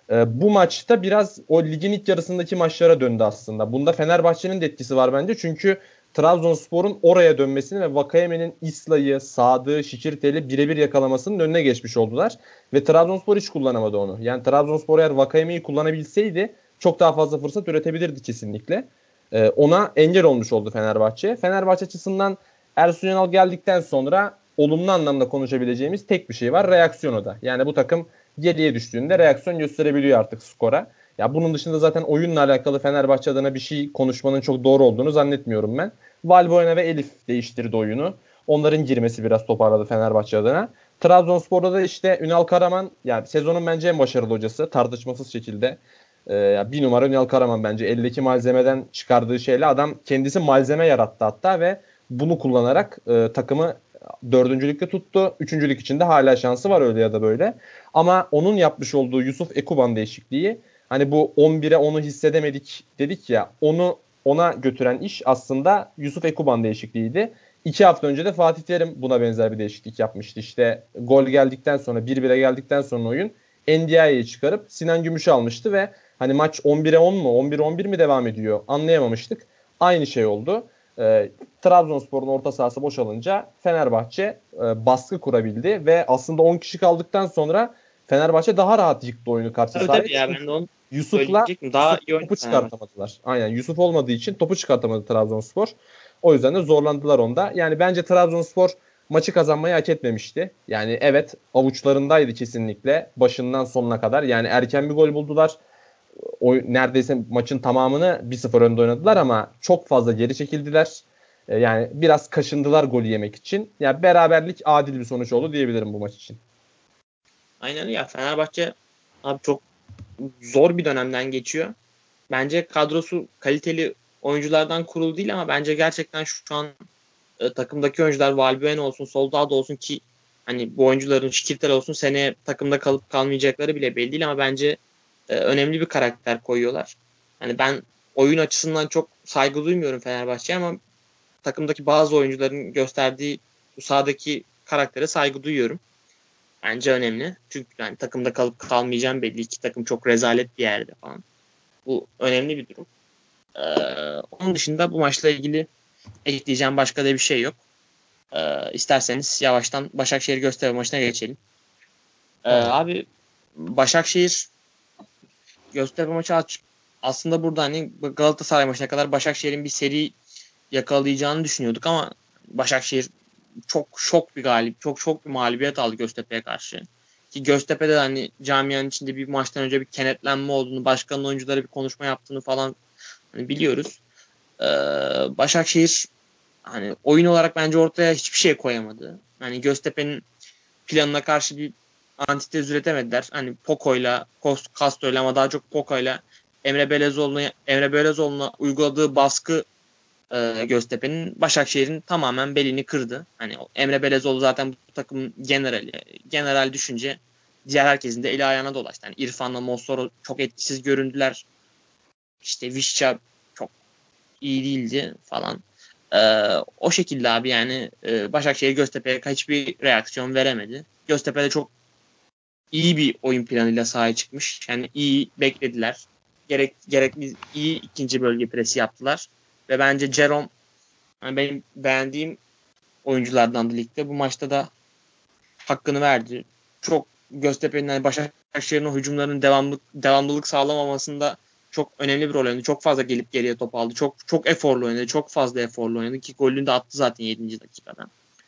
Bu maçta biraz o ligin ilk yarısındaki maçlara döndü aslında. Bunda Fenerbahçe'nin de etkisi var bence. Çünkü Trabzonspor'un oraya dönmesini ve Vakayeme'nin İsla'yı, Sadık'ı, Şikirtel'i birebir yakalamasının önüne geçmiş oldular. Ve Trabzonspor hiç kullanamadı onu. Yani Trabzonspor eğer Vakayeme'yi kullanabilseydi çok daha fazla fırsat üretebilirdi kesinlikle. Ona engel olmuş oldu Fenerbahçe. Fenerbahçe açısından Ersun Yanal geldikten sonra olumlu anlamda konuşabileceğimiz tek bir şey var. Reaksiyon o da. Yani bu takım geriye düştüğünde reaksiyon gösterebiliyor artık skora. Ya bunun dışında zaten oyunla alakalı Fenerbahçe adına bir şey konuşmanın çok doğru olduğunu zannetmiyorum ben. Valbuena ve Elif değiştirdi oyunu. Onların girmesi biraz toparladı Fenerbahçe adına. Trabzonspor'da da işte Ünal Karaman, yani sezonun bence en başarılı hocası tartışmasız şekilde. Bir numara Ünal Karaman bence eldeki malzemeden çıkardığı şeyle adam kendisi malzeme yarattı hatta ve bunu kullanarak takımı dördüncülükte tuttu. Üçüncülük için de hala şansı var öyle ya da böyle. Ama onun yapmış olduğu Yusuf Ekuban değişikliği, hani bu 11'e onu hissedemedik dedik ya, ona götüren iş aslında Yusuf Ekuban değişikliğiydi. 2 hafta önce de Fatih Terim buna benzer bir değişiklik yapmıştı. İşte gol geldikten sonra 1-1'e geldikten sonra oyun Ndiaye'yi çıkarıp Sinan Gümüş'ü almıştı ve hani maç 11'e 10 mu 11-11 mi devam ediyor anlayamamıştık. Aynı şey oldu. Trabzonspor'un orta sahası boşalınca Fenerbahçe baskı kurabildi ve aslında 10 kişi kaldıktan sonra Fenerbahçe daha rahat yıktı oyunu karşı Tabii sahaya. tabii ya, ben Çünkü de onu Yusuf'la söyleyecektim. Daha iyi topu oynadı Fenerbahçe. çıkartamadılar. Aynen, Yusuf olmadığı için topu çıkartamadı Trabzonspor. O yüzden de zorlandılar onda. Yani bence Trabzonspor maçı kazanmayı hak etmemişti. Yani evet, avuçlarındaydı kesinlikle başından sonuna kadar. Yani erken bir gol buldular. Neredeyse maçın tamamını 1-0 önde oynadılar ama çok fazla geri çekildiler. Yani biraz kaşındılar golü yemek için. Yani beraberlik adil bir sonuç oldu diyebilirim bu maç için. Aynen ya, Fenerbahçe abi çok zor bir dönemden geçiyor. Bence kadrosu kaliteli oyunculardan kurulu değil ama bence gerçekten şu an takımdaki oyuncular, Valbuena olsun, Soldado olsun ki hani bu oyuncuların, Şikirtel olsun, seneye takımda kalıp kalmayacakları bile belli değil ama bence önemli bir karakter koyuyorlar. Hani ben oyun açısından çok saygı duymuyorum Fenerbahçe'ye ama takımdaki bazı oyuncuların gösterdiği bu sahadaki karaktere saygı duyuyorum. Bence önemli. Çünkü yani takımda kalıp kalmayacağım belli. İki takım çok rezalet bir yerde falan. Bu önemli bir durum. Onun dışında bu maçla ilgili ekleyeceğim başka da bir şey yok. İsterseniz yavaştan Başakşehir Göztepe maçına geçelim. Tamam. Abi Başakşehir Göztepe maçı aslında burada hani Galatasaray maçına kadar Başakşehir'in bir seri yakalayacağını düşünüyorduk ama Başakşehir çok şok bir çok bir mağlubiyet aldı Göztepe'ye karşı. Ki Göztepe'de de hani camianın içinde bir maçtan önce bir kenetlenme olduğunu, başkanın oyunculara bir konuşma yaptığını falan hani biliyoruz. Ee, Başakşehir hani oyun olarak bence ortaya hiçbir şey koyamadı. Hani Göztepe'nin planına karşı bir antitez üretemediler. Hani Poco'yla, Castro'yla ama daha çok Poco'yla Emre Belözoğlu'na uyguladığı baskı Göztepe'nin Başakşehir'in tamamen belini kırdı. Hani Emre Belezoğlu zaten bu takımın generali. General düşünce diğer herkesin de eli ayağına dolaştı. Yani İrfan'la Mossoro çok etkisiz göründüler. İşte Vişça çok iyi değildi falan. O şekilde abi yani Başakşehir Göztepe'ye hiçbir reaksiyon veremedi. Göztepe de çok iyi bir oyun planıyla sahaya çıkmış. Yani iyi beklediler. Gerekli iyi ikinci bölge presi yaptılar. Ve bence Jerome, yani benim beğendiğim oyunculardan da ligde, bu maçta da hakkını verdi. Çok Göztepe'nin hani Başakşehir'in hücumlarının devamlılık sağlamamasında çok önemli bir rol oynadı. Çok fazla gelip geriye top aldı. Çok eforlu oynadı. Çok fazla eforlu oynadı ki golünü de attı zaten 7. dakikada.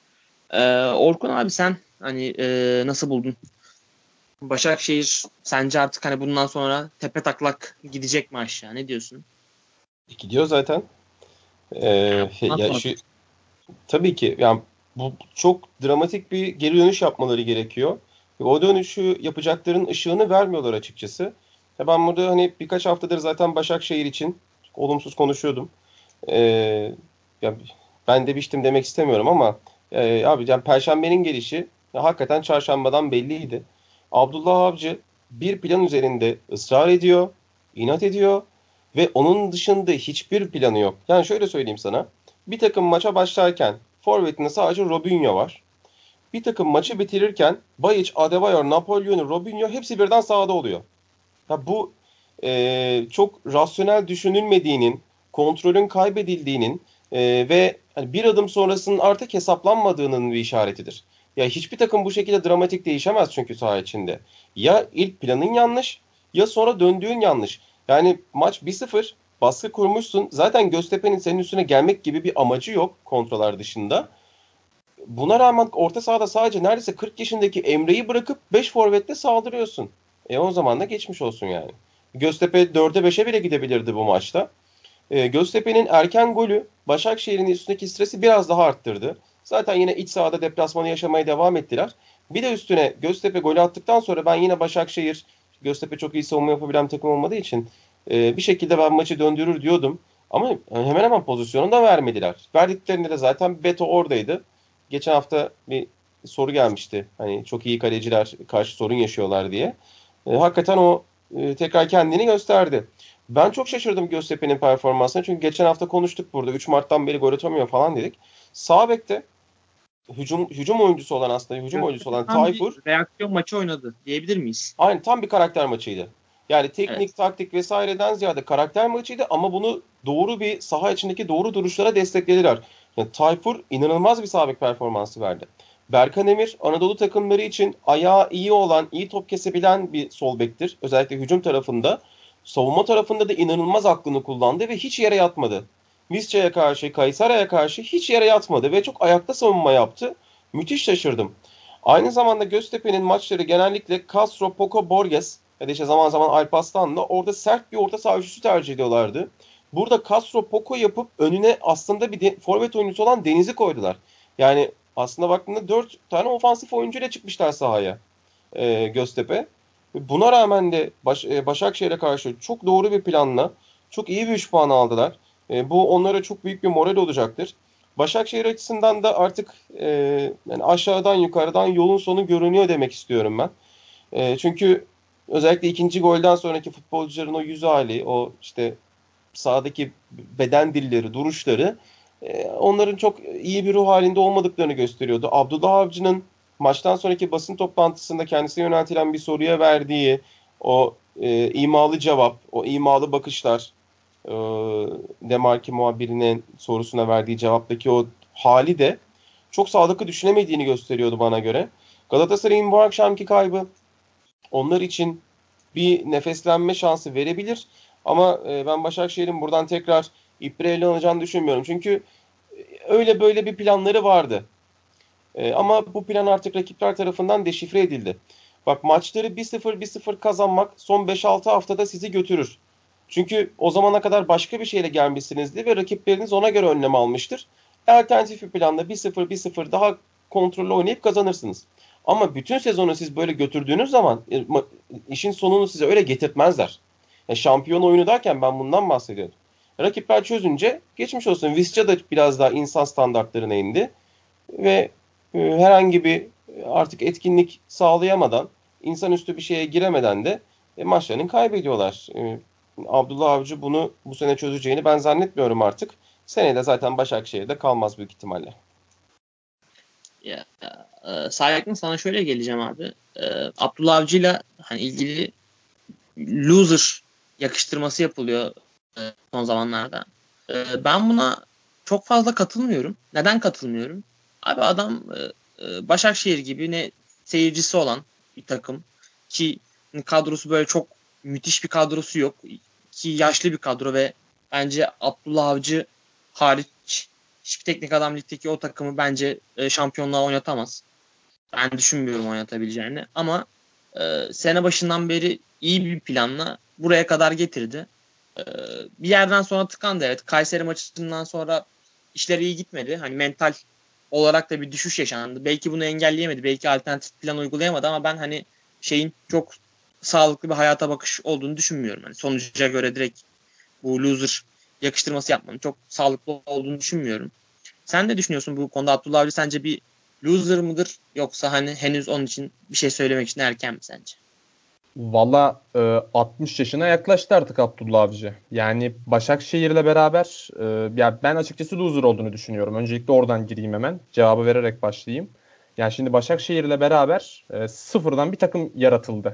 Orkun abi sen hani nasıl buldun? Başakşehir sence artık hani bundan sonra tepe taklak gidecek mi aşağı? Ne diyorsun? Gidiyor zaten. Yani bundan Ya sonra tabii ki yani bu çok dramatik bir geri dönüş yapmaları gerekiyor. Ve o dönüşü yapacakların ışığını vermiyorlar açıkçası. Ya ben burada hani birkaç haftadır zaten Başakşehir için olumsuz konuşuyordum. Ee, Ya ben de biçtim demek istemiyorum ama abi yani Perşembenin gelişi ya hakikaten çarşambadan belliydi. Abdullah Avcı bir plan üzerinde ısrar ediyor, inat ediyor ve onun dışında hiçbir planı yok. Yani şöyle söyleyeyim sana. Bir takım maça başlarken forvetinde sadece Robinho var. Bir takım maçı bitirirken Bayiç, Adebayor, Napolyon'u, Robinho hepsi birden sahada oluyor. Ya bu çok rasyonel düşünülmediğinin, kontrolün kaybedildiğinin ve hani bir adım sonrasının artık hesaplanmadığının bir işaretidir. Ya hiçbir takım bu şekilde dramatik değişemez çünkü saha içinde. Ya ilk planın yanlış ya sonra döndüğün yanlış. Yani maç 1-0 baskı kurmuşsun. Zaten Göztepe'nin senin üstüne gelmek gibi bir amacı yok kontralar dışında. Buna rağmen orta sahada sadece neredeyse 40 yaşındaki Emre'yi bırakıp 5 forvetle saldırıyorsun. O zaman da geçmiş olsun yani. Göztepe 4'e 5'e bile gidebilirdi bu maçta. Göztepe'nin erken golü Başakşehir'in üstündeki stresi biraz daha arttırdı. Zaten yine iç sahada deplasmanı yaşamaya devam ettiler. Bir de üstüne Göztepe golü attıktan sonra ben yine Başakşehir, Göztepe çok iyi savunma yapabilen bir takım olmadığı için bir şekilde ben maçı döndürür diyordum. Ama hemen hemen pozisyonu da vermediler. Verdiklerinde de zaten Beto oradaydı. Geçen hafta bir soru gelmişti. Hani çok iyi kaleciler karşı sorun yaşıyorlar diye. Hakikaten o tekrar kendini gösterdi. Ben çok şaşırdım Göztepe'nin performansına. Çünkü geçen hafta konuştuk burada. 3 Mart'tan beri gol atamıyor falan dedik. Sağ bekte hücum oyuncusu olan aslında hücum oyuncusu Göztepe olan tam bir Tayfur reaksiyon maçı oynadı diyebilir miyiz? aynı tam bir karakter maçıydı. Yani teknik, Evet. taktik vesaireden ziyade karakter maçıydı ama bunu doğru bir saha içindeki doğru duruşlara desteklediler. Yani Tayfur inanılmaz bir sağ bek performansı verdi. Berkan Emir Anadolu takımları için ayağı iyi olan, iyi top kesebilen bir sol bektir. Özellikle hücum tarafında. Savunma tarafında da inanılmaz aklını kullandı ve hiç yere yatmadı. Visca'ya karşı, Kayseri'ye karşı hiç yere yatmadı ve çok ayakta savunma yaptı. Müthiş şaşırdım. Aynı zamanda Göztepe'nin maçları genellikle Castro, Poco, Borges ya da işte zaman zaman Alparslan'la orada sert bir orta saha üçlüsü tercih ediyorlardı. Burada Castro, Poco yapıp önüne aslında bir forvet oyuncusu olan Deniz'i koydular. Yani aslında baktığında 4 tane ofansif oyuncuyla çıkmışlar sahaya Göztepe. Buna rağmen de Başakşehir'e karşı çok doğru bir planla çok iyi bir 3 puan aldılar. Bu onlara çok büyük bir moral olacaktır. Başakşehir açısından da artık yani aşağıdan yukarıdan yolun sonu görünüyor demek istiyorum ben. Çünkü özellikle ikinci golden sonraki futbolcuların o yüz hali, o işte sahadaki beden dilleri, duruşları onların çok iyi bir ruh halinde olmadıklarını gösteriyordu. Abdullah Avcı'nın maçtan sonraki basın toplantısında kendisine yöneltilen bir soruya verdiği o imalı cevap, o imalı bakışlar, e, Demarki muhabirinin sorusuna verdiği cevaptaki o hali de çok sağlıklı düşünemediğini gösteriyordu bana göre. Galatasaray'ın bu akşamki kaybı onlar için bir nefeslenme şansı verebilir. Ama ben Başakşehir'in buradan tekrar iple ele alacağını düşünmüyorum. Çünkü öyle böyle bir planları vardı. Ama bu plan artık rakipler tarafından deşifre edildi. Bak maçları 1-0 1-0 kazanmak son 5-6 haftada sizi götürür. Çünkü o zamana kadar başka bir şeyle gelmişsinizdi ve rakipleriniz ona göre önlem almıştır. Alternatif bir planla 1-0 1-0 daha kontrollü oynayıp kazanırsınız. Ama bütün sezonu siz böyle götürdüğünüz zaman işin sonunu size öyle getirtmezler. Şampiyon oyunu derken ben bundan bahsediyorum. Rakipler çözünce geçmiş olsun. Visca da biraz daha insan standartlarına indi ve herhangi bir artık etkinlik sağlayamadan, insanüstü bir şeye giremeden de maçlarını kaybediyorlar. Abdullah Avcı bunu bu sene çözeceğini ben zannetmiyorum artık. Seneye de zaten Başakşehir'de kalmaz büyük ihtimalle. Ya, Saygın sana şöyle geleceğim abi. Abdullah Avcı'yla hani ilgili loser yakıştırması yapılıyor son zamanlarda. Ben buna çok fazla katılmıyorum. Neden katılmıyorum? Abi adam Başakşehir gibi ne seyircisi olan bir takım ki kadrosu böyle çok müthiş bir kadrosu yok. Ki yaşlı bir kadro ve bence Abdullah Avcı hariç hiçbir teknik adam ligdeki o takımı bence şampiyonluğa oynatamaz. Ben düşünmüyorum oynatabileceğini ama sene başından beri iyi bir planla buraya kadar getirdi. E, Bir yerden sonra tıkandı, evet. Kayseri maçından sonra işler iyi gitmedi. Hani mental olarak da bir düşüş yaşandı. Belki bunu engelleyemedi. Belki alternatif plan uygulayamadı ama ben hani şeyin çok sağlıklı bir hayata bakış olduğunu düşünmüyorum. Hani sonuca göre direkt bu loser yakıştırması yapmanın çok sağlıklı olduğunu düşünmüyorum. Sen ne düşünüyorsun bu konuda? Abdullah Avcı sence bir loser mıdır? Yoksa hani henüz onun için bir şey söylemek için erken mi sence? Valla 60 yaşına yaklaştı artık Abdullah Avcı. Yani Başakşehir'le beraber ya ben açıkçası loser olduğunu düşünüyorum. Öncelikle oradan gireyim hemen. Cevabı vererek başlayayım. Yani şimdi Başakşehir'le beraber sıfırdan bir takım yaratıldı.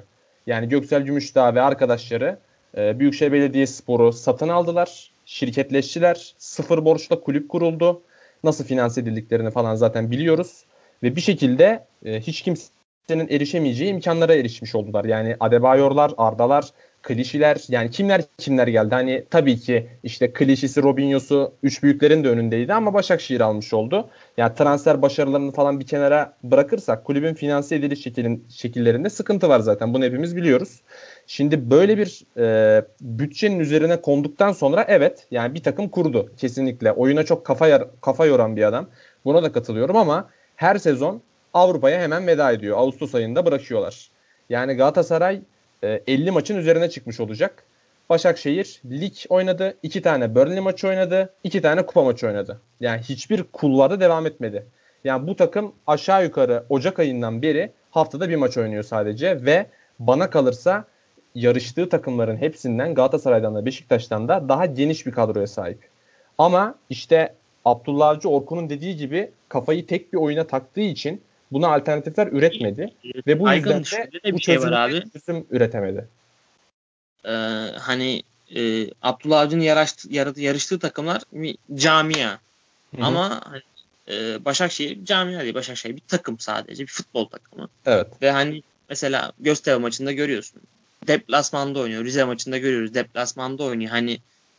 Yani Göksel Gümüşdağ ve arkadaşları Büyükşehir Belediyespor'u satın aldılar. Şirketleştiler. Sıfır borçla kulüp kuruldu. Nasıl finanse edildiklerini falan zaten biliyoruz. Ve bir şekilde hiç kimsenin erişemeyeceği imkanlara erişmiş oldular. Yani Adebayorlar, Ardalar, Klişiler, yani kimler geldi. Hani tabii ki işte Klişisi, Robinho'su üç büyüklerin de önündeydi ama Başakşehir almış oldu. Yani transfer başarılarını falan bir kenara bırakırsak kulübün finanse ediliş şekillerinde sıkıntı var zaten. Bunu hepimiz biliyoruz. Şimdi böyle bir bütçenin üzerine konduktan sonra evet, yani bir takım kurdu kesinlikle. Oyuna çok kafa yoran bir adam. Buna da katılıyorum ama her sezon Avrupa'ya hemen veda ediyor. Ağustos ayında bırakıyorlar. Yani Galatasaray 50 maçın üzerine çıkmış olacak. Başakşehir lig oynadı. 2 tane Burnley maçı oynadı. 2 tane kupa maçı oynadı. Yani hiçbir kulvarda devam etmedi. Yani bu takım aşağı yukarı Ocak ayından beri haftada bir maç oynuyor sadece ve bana kalırsa yarıştığı takımların hepsinden, Galatasaray'dan da Beşiktaş'tan da daha geniş bir kadroya sahip. Ama işte Abdullah Avcı Orkun'un dediği gibi kafayı tek bir oyuna taktığı için buna alternatifler üretmedi ve bu yüzden Aykın, de şöyle de bu bir şey var çözümlere abi. çözüm üretemedi. Ee, hani Abdullah Avcı'nın yarıştığı takımlar bir camia. Hı hı. Ama hani, Başakşehir camia değil. Başakşehir bir takım sadece. Bir futbol takımı. Evet. Ve hani mesela Göztepe maçında görüyorsun. Deplasmanda oynuyor. Rize maçında görüyoruz. Deplasmanda oynuyor. Hani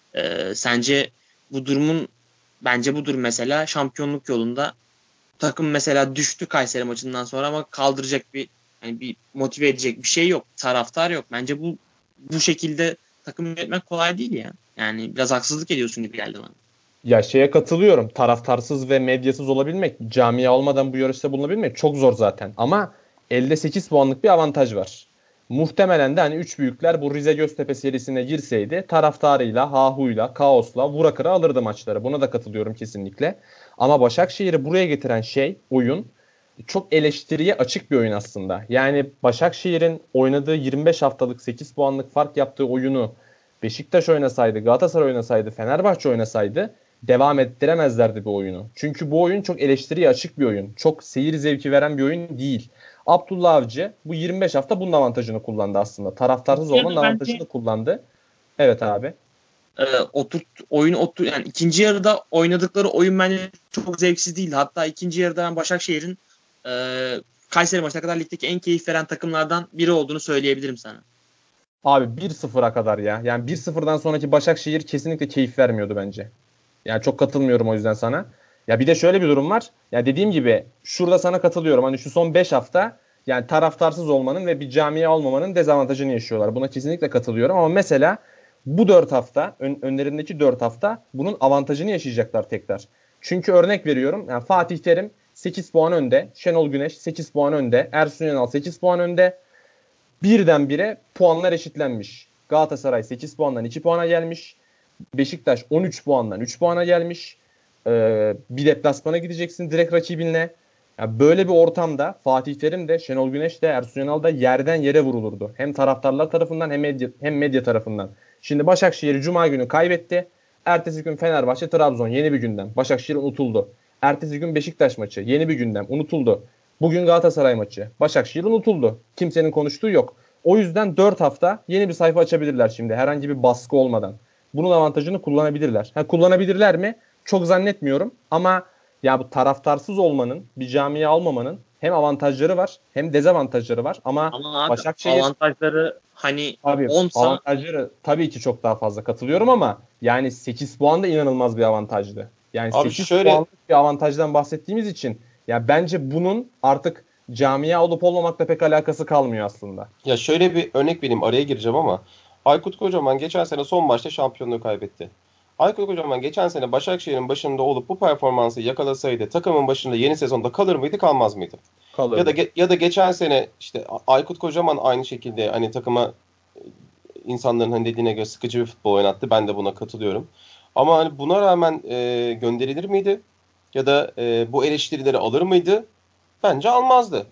sence bu durumun bence budur mesela şampiyonluk yolunda takım mesela düştü Kayseri maçından sonra ama kaldıracak bir hani bir motive edecek bir şey yok. Taraftar yok. Bence bu şekilde takım yönetmek kolay değil ya. Yani biraz haksızlık ediyorsun gibi geldi bana. Ya şeye katılıyorum. Taraftarsız ve medyasız olabilmek, camia olmadan bu yarışta bulunabilmek çok zor zaten. Ama elde 8 puanlık bir avantaj var. Muhtemelen de hani 3 büyükler bu Rize Göztepe serisine girseydi taraftarıyla, hahuyla, kaosla vura kıra alırdı maçları. Buna da katılıyorum kesinlikle. Ama Başakşehir'i buraya getiren şey, oyun, çok eleştiriye açık bir oyun aslında. Yani Başakşehir'in oynadığı 25 haftalık 8 puanlık fark yaptığı oyunu Beşiktaş oynasaydı, Galatasaray oynasaydı, Fenerbahçe oynasaydı devam ettiremezlerdi bu oyunu. Çünkü bu oyun çok eleştiriye açık bir oyun. Çok seyir zevki veren bir oyun değil. Abdullah Avcı bu 25 hafta bunun avantajını kullandı aslında. Taraftarsız İkinci olmanın yarıda bence avantajını kullandı. Evet abi. yani ikinci yarıda oynadıkları oyun bence çok zevksiz değildi. Hatta ikinci yarıda ben Başakşehir'in e, Kayseri maçına kadar ligdeki en keyif veren takımlardan biri olduğunu söyleyebilirim sana. Abi 1-0'a kadar ya. Yani 1-0'dan sonraki Başakşehir kesinlikle keyif vermiyordu bence. Yani çok katılmıyorum o yüzden sana. Ya bir de şöyle bir durum var. Ya dediğim gibi şurada sana katılıyorum. Hani şu son 5 hafta yani taraftarsız olmanın ve bir camiye olmamanın dezavantajını yaşıyorlar. Buna kesinlikle katılıyorum ama mesela bu 4 hafta, önlerindeki 4 hafta bunun avantajını yaşayacaklar tekrar. Çünkü örnek veriyorum. Yani Fatih Terim 8 puan önde. Şenol Güneş 8 puan önde. Ersun Yanal 8 puan önde. Birdenbire puanlar eşitlenmiş. Galatasaray 8 puandan 2 puana gelmiş. Beşiktaş 13 puandan 3 puana gelmiş. Bir deplasmana gideceksin direkt rakibinle. Ya böyle bir ortamda Fatih Terim de, Şenol Güneş de, Ersun Yanal da yerden yere vurulurdu. Hem taraftarlar tarafından hem medya tarafından. Şimdi Başakşehir Cuma günü kaybetti. Ertesi gün Fenerbahçe Trabzon, yeni bir gündem. Başakşehir unutuldu. Ertesi gün Beşiktaş maçı, yeni bir gündem, unutuldu. Bugün Galatasaray maçı. Başakşehir unutuldu. Kimsenin konuştuğu yok. O yüzden 4 hafta yeni bir sayfa açabilirler şimdi herhangi bir baskı olmadan. Bunun avantajını kullanabilirler. Kullanabilirler mi? Çok zannetmiyorum ama ya bu taraftarsız olmanın, bir camiye almamanın hem avantajları var hem dezavantajları var. Ama Ama abi Başakşehir, avantajları hani tabii 10'sa avantajları tabii ki çok daha fazla, katılıyorum ama yani 8 puan da inanılmaz bir avantajdı. Yani Abi 8 şöyle puanlık bir avantajdan bahsettiğimiz için ya bence bunun artık camia olup olmamakla pek alakası kalmıyor aslında. Ya şöyle bir örnek vereyim, araya gireceğim ama Aykut Kocaman geçen sene son maçta şampiyonluğu kaybetti. Aykut Kocaman geçen sene Başakşehir'in başında olup bu performansı yakalasaydı takımın başında yeni sezonda kalır mıydı, kalmaz mıydı? Ya da Kalırdı. ya da geçen sene işte Aykut Kocaman aynı şekilde hani takıma insanların hani dediğine göre sıkıcı bir futbol oynattı. Ben de buna katılıyorum. Ama hani buna rağmen gönderilir miydi? Ya da bu eleştirileri alır mıydı? Bence almazdı.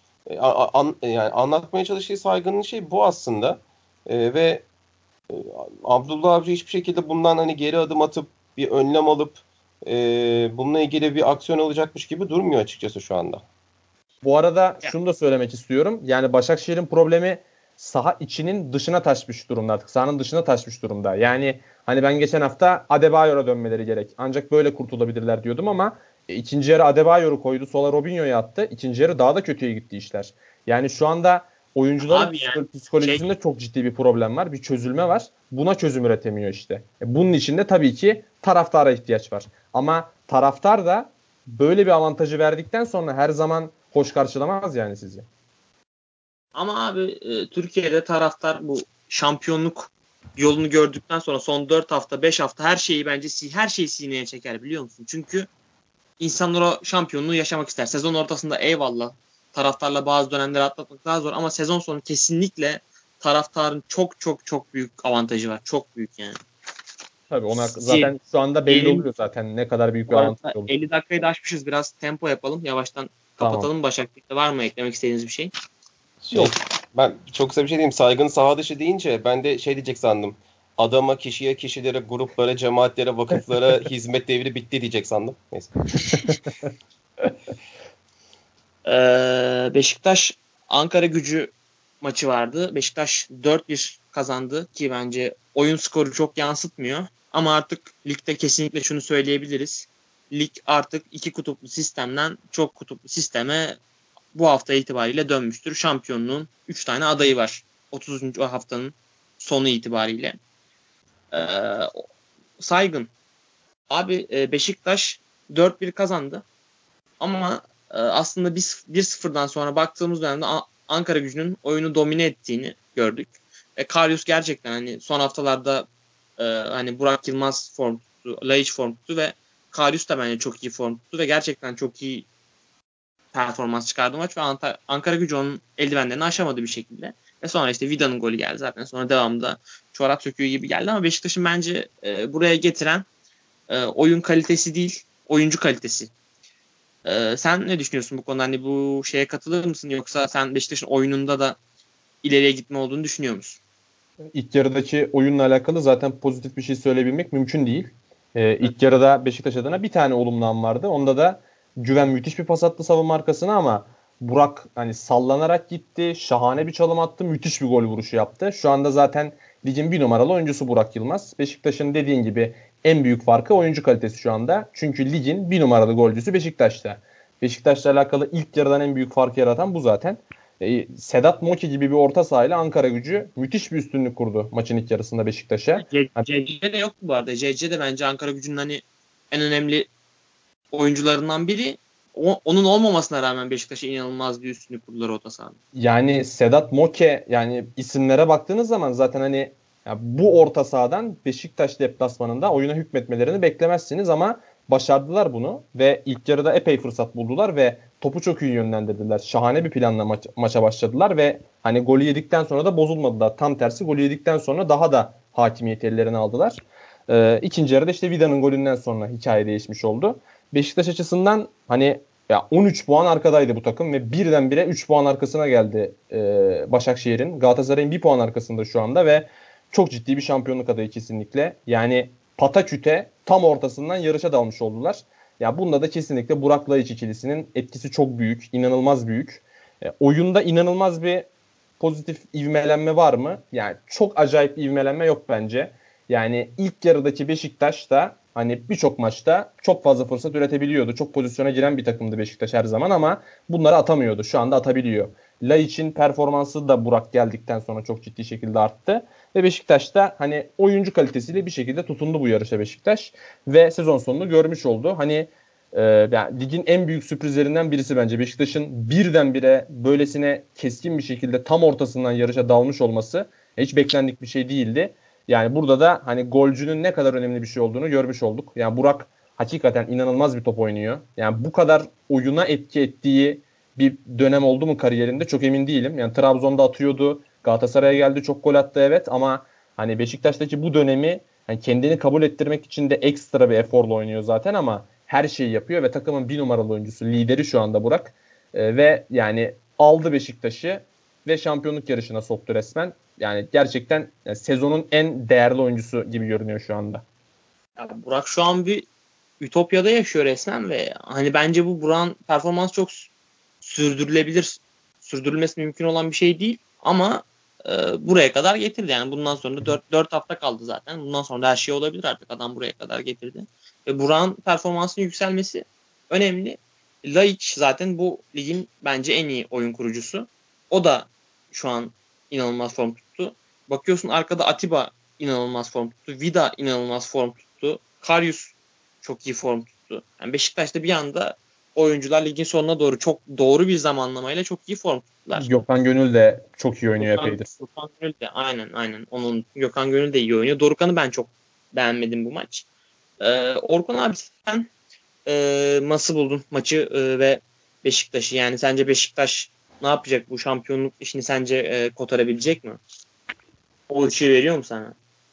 Yani anlatmaya çalıştığı saygının şey bu aslında. Ve e, Abdullah Avcı hiçbir şekilde bundan hani geri adım atıp bir önlem alıp bununla ilgili bir aksiyon alacakmış gibi durmuyor açıkçası şu anda. Bu arada ya, şunu da söylemek istiyorum. Yani Başakşehir'in problemi saha içinin dışına taşmış durumda artık. Sahanın dışına taşmış durumda. Yani hani ben geçen hafta Adebayor'a dönmeleri gerek. Ancak böyle kurtulabilirler diyordum ama ikinci yarı Adebayor'u koydu. Sola Robinho'yu attı. İkinci yarı daha da kötüye gitti işler. Yani şu anda oyuncuların Abi yani psikolojisinde çok ciddi bir problem var. Bir çözülme var. Buna çözüm üretemiyor işte. Bunun için de tabii ki taraftara ihtiyaç var. Ama taraftar da böyle bir avantajı verdikten sonra her zaman hoş karşılamaz yani sizi. ama abi Türkiye'de taraftar bu şampiyonluk yolunu gördükten sonra son 4 hafta 5 hafta her şeyi bence her şeyi sineye çeker biliyor musun? Çünkü insanlar o şampiyonluğu yaşamak ister. Sezon ortasında eyvallah taraftarla bazı dönemleri atlatmak daha zor ama sezon sonu kesinlikle taraftarın çok çok çok büyük avantajı var. Çok büyük yani. Tabii ona zaten şu anda belli Diyelim oluyor zaten ne kadar büyük bir bu avantaj arada olur. 50 dakikayı da aşmışız. Biraz tempo yapalım. Yavaştan Tamam. kapatalım. Başakşehir'de var mı eklemek istediğiniz bir şey? Yok. Ben çok kısa bir şey diyeyim. Saygın saha dışı deyince ben de şey diyecek sandım. Adama, kişiye, kişilere, gruplara, cemaatlere, vakıflara hizmet devri bitti diyecek sandım. Neyse. Beşiktaş Ankara Gücü maçı vardı. Beşiktaş 4-1 kazandı ki bence oyun skoru çok yansıtmıyor. Ama artık ligde kesinlikle şunu söyleyebiliriz. Lig artık iki kutuplu sistemden çok kutuplu sisteme bu hafta itibariyle dönmüştür. Şampiyonluğun 3 tane adayı var. 30. haftanın sonu itibariyle. Ee, Saygın. Abi Beşiktaş 4-1 kazandı. Ama aslında biz 1-0'dan sonra baktığımız dönemde Ankara Gücü'nün oyunu domine ettiğini gördük. Karius gerçekten hani son haftalarda hani Burak Yılmaz form tuttu, Laiç form tuttu ve Karius da bence çok iyi form tuttu ve gerçekten çok iyi performans çıkardı maç ve Ankara Gücü onun eldivenlerini aşamadı bir şekilde. Ve sonra işte Vida'nın golü geldi zaten. Sonra devamında çorap söküğü gibi geldi ama Beşiktaş'ın bence buraya getiren oyun kalitesi değil, oyuncu kalitesi. Sen ne düşünüyorsun bu konuda? Hani bu şeye katılır mısın yoksa sen Beşiktaş'ın oyununda da ileriye gitme olduğunu düşünüyor musun? İlk yarıdaki oyunla alakalı zaten pozitif bir şey söyleyebilmek mümkün değil. İlk yarıda Beşiktaş adına bir tane olumlu an vardı. Onda da Güven müthiş bir pas attı savunma arkasına ama Burak hani sallanarak gitti. Şahane bir çalım attı. Müthiş bir gol vuruşu yaptı. Şu anda zaten ligin bir numaralı oyuncusu Burak Yılmaz. Beşiktaş'ın dediğin gibi en büyük farkı oyuncu kalitesi şu anda. Çünkü ligin bir numaralı golcüsü Beşiktaş'ta. Beşiktaş'la alakalı ilk yarıdan en büyük farkı yaratan bu zaten. Sedat Moki gibi bir orta sahayla Ankara Gücü müthiş bir üstünlük kurdu maçın ilk yarısında Beşiktaş'a. CC de yok bu arada. CC de bence Ankara Gücü'nün hani en önemli oyuncularından biri. Onun olmamasına rağmen Beşiktaş'a inanılmaz bir üstünlük kurdular orta sahada. Yani Sedat Moke yani isimlere baktığınız zaman zaten hani ya bu orta sahadan Beşiktaş deplasmanında oyuna hükmetmelerini beklemezsiniz ama başardılar bunu ve ilk yarıda epey fırsat buldular ve topu çok iyi yönlendirdiler. Şahane bir planla maça başladılar ve hani golü yedikten sonra da bozulmadılar. Tam tersi golü yedikten sonra daha da hakimiyet ellerine aldılar. İkinci yarıda işte Vida'nın golünden sonra hikaye değişmiş oldu. Beşiktaş açısından hani ya 13 puan arkadaydı bu takım ve birdenbire 3 puan arkasına geldi Başakşehir'in. Galatasaray'ın 1 puan arkasında şu anda ve çok ciddi bir şampiyonluk adayı kesinlikle. Yani pataküte tam ortasından yarışa dalmış oldular. Ya bunda da kesinlikle Burak Laiç ikilisinin etkisi çok büyük, inanılmaz büyük. Oyunda inanılmaz bir pozitif ivmelenme var mı? Yani çok acayip bir ivmelenme yok bence. Yani ilk yarıdaki Beşiktaş da hani birçok maçta çok fazla fırsat üretebiliyordu. Çok pozisyona giren bir takımdı Beşiktaş her zaman ama bunları atamıyordu. Şu anda atabiliyor. Laiç'in performansı da Burak geldikten sonra çok ciddi şekilde arttı. Ve Beşiktaş da hani oyuncu kalitesiyle bir şekilde tutundu bu yarışa Beşiktaş. Ve sezon sonunu görmüş oldu. Hani yani ligin en büyük sürprizlerinden birisi bence Beşiktaş'ın birdenbire böylesine keskin bir şekilde tam ortasından yarışa dalmış olması hiç beklendik bir şey değildi. Yani burada da hani golcünün ne kadar önemli bir şey olduğunu görmüş olduk. Yani Burak hakikaten inanılmaz bir top oynuyor. Yani bu kadar oyuna etki ettiği bir dönem oldu mu kariyerinde çok emin değilim. Yani Trabzon'da atıyordu. Galatasaray'a geldi çok gol attı evet ama hani Beşiktaş'taki bu dönemi hani kendini kabul ettirmek için de ekstra bir eforla oynuyor zaten ama her şeyi yapıyor ve takımın bir numaralı oyuncusu, lideri şu anda Burak. Ve yani aldı Beşiktaş'ı ve şampiyonluk yarışına soktu resmen. Yani gerçekten sezonun en değerli oyuncusu gibi görünüyor şu anda. Ya Burak şu an bir ütopyada yaşıyor resmen ve hani bence bu Burak'ın performansı çok sürdürülebilir. Sürdürülmesi mümkün olan bir şey değil ama buraya kadar getirdi. Yani bundan sonra da 4 hafta kaldı zaten. Bundan sonra da her şey olabilir artık. Adam buraya kadar getirdi. Ve Burak'ın performansının yükselmesi önemli. Laiç zaten bu ligin bence en iyi oyun kurucusu. O da şu an inanılmaz form tuttu. Bakıyorsun arkada Atiba inanılmaz form tuttu. Vida inanılmaz form tuttu. Karius çok iyi form tuttu. Yani Beşiktaş'ta bir anda oyuncular ligin sonuna doğru çok doğru bir zamanlamayla çok iyi form tuttular. Gökhan Gönül de çok iyi oynuyor epeydir. Gökhan Gönül de aynen. Gökhan Gönül de iyi oynuyor. Dorukhan'ı ben çok beğenmedim bu maç. Orkun abi sen nasıl buldun maçı ve Beşiktaş'ı? Yani sence Beşiktaş ne yapacak? Bu şampiyonluk işini sence kotarabilecek mi? O işi veriyor mu sana?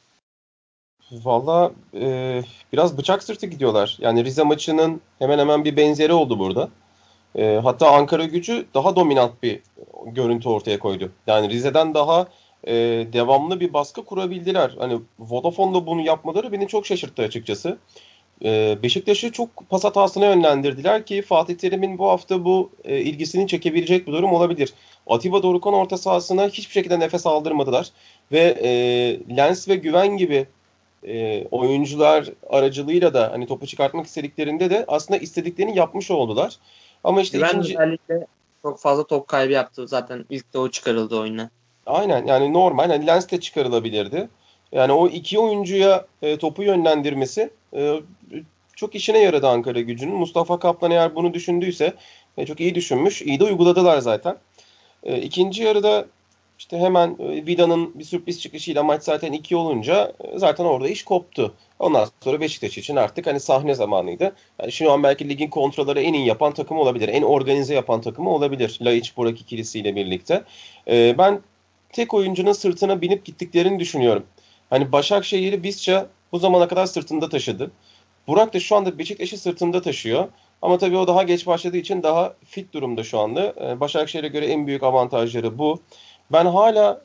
Valla biraz bıçak sırtı gidiyorlar. Yani Rize maçının hemen hemen bir benzeri oldu burada. Hatta Ankaragücü daha dominant bir görüntü ortaya koydu. Yani Rize'den daha devamlı bir baskı kurabildiler. Hani Vodafone'da bunu yapmaları beni çok şaşırttı açıkçası. Beşiktaş'ı çok pas hatasına yönlendirdiler ki Fatih Terim'in bu hafta bu ilgisini çekebilecek bir durum olabilir. Atiba Dorukhan orta sahasına hiçbir şekilde nefes aldırmadılar. Ve Lens ve Güven gibi oyuncular aracılığıyla da hani topu çıkartmak istediklerinde de aslında istediklerini yapmış oldular. Ama işte Güven ikinci... özellikle çok fazla top kaybı yaptı. Zaten ilk de o çıkarıldı oyuna. Aynen yani normal. Hani Lens de çıkarılabilirdi. Yani o iki oyuncuya topu yönlendirmesi çok işine yaradı Ankaragücü'nün. Mustafa Kaplan eğer bunu düşündüyse çok iyi düşünmüş. İyi de uyguladılar zaten. İkinci yarıda işte hemen Vida'nın bir sürpriz çıkışıyla maç zaten 2 olunca zaten orada iş koptu. Ondan sonra Beşiktaş için artık hani sahne zamanıydı. Yani şu an belki ligin kontrolleri en iyi yapan takımı olabilir. En organize yapan takımı olabilir. Laiç Burak ikilisiyle birlikte. Ben tek oyuncunun sırtına binip gittiklerini düşünüyorum. Hani Başakşehir'i Visca bu zamana kadar sırtında taşıdı. Burak da şu anda Beşiktaş'ı sırtında taşıyor. Ama tabii o daha geç başladığı için daha fit durumda şu anda. Başakşehir'e göre en büyük avantajları bu. Ben hala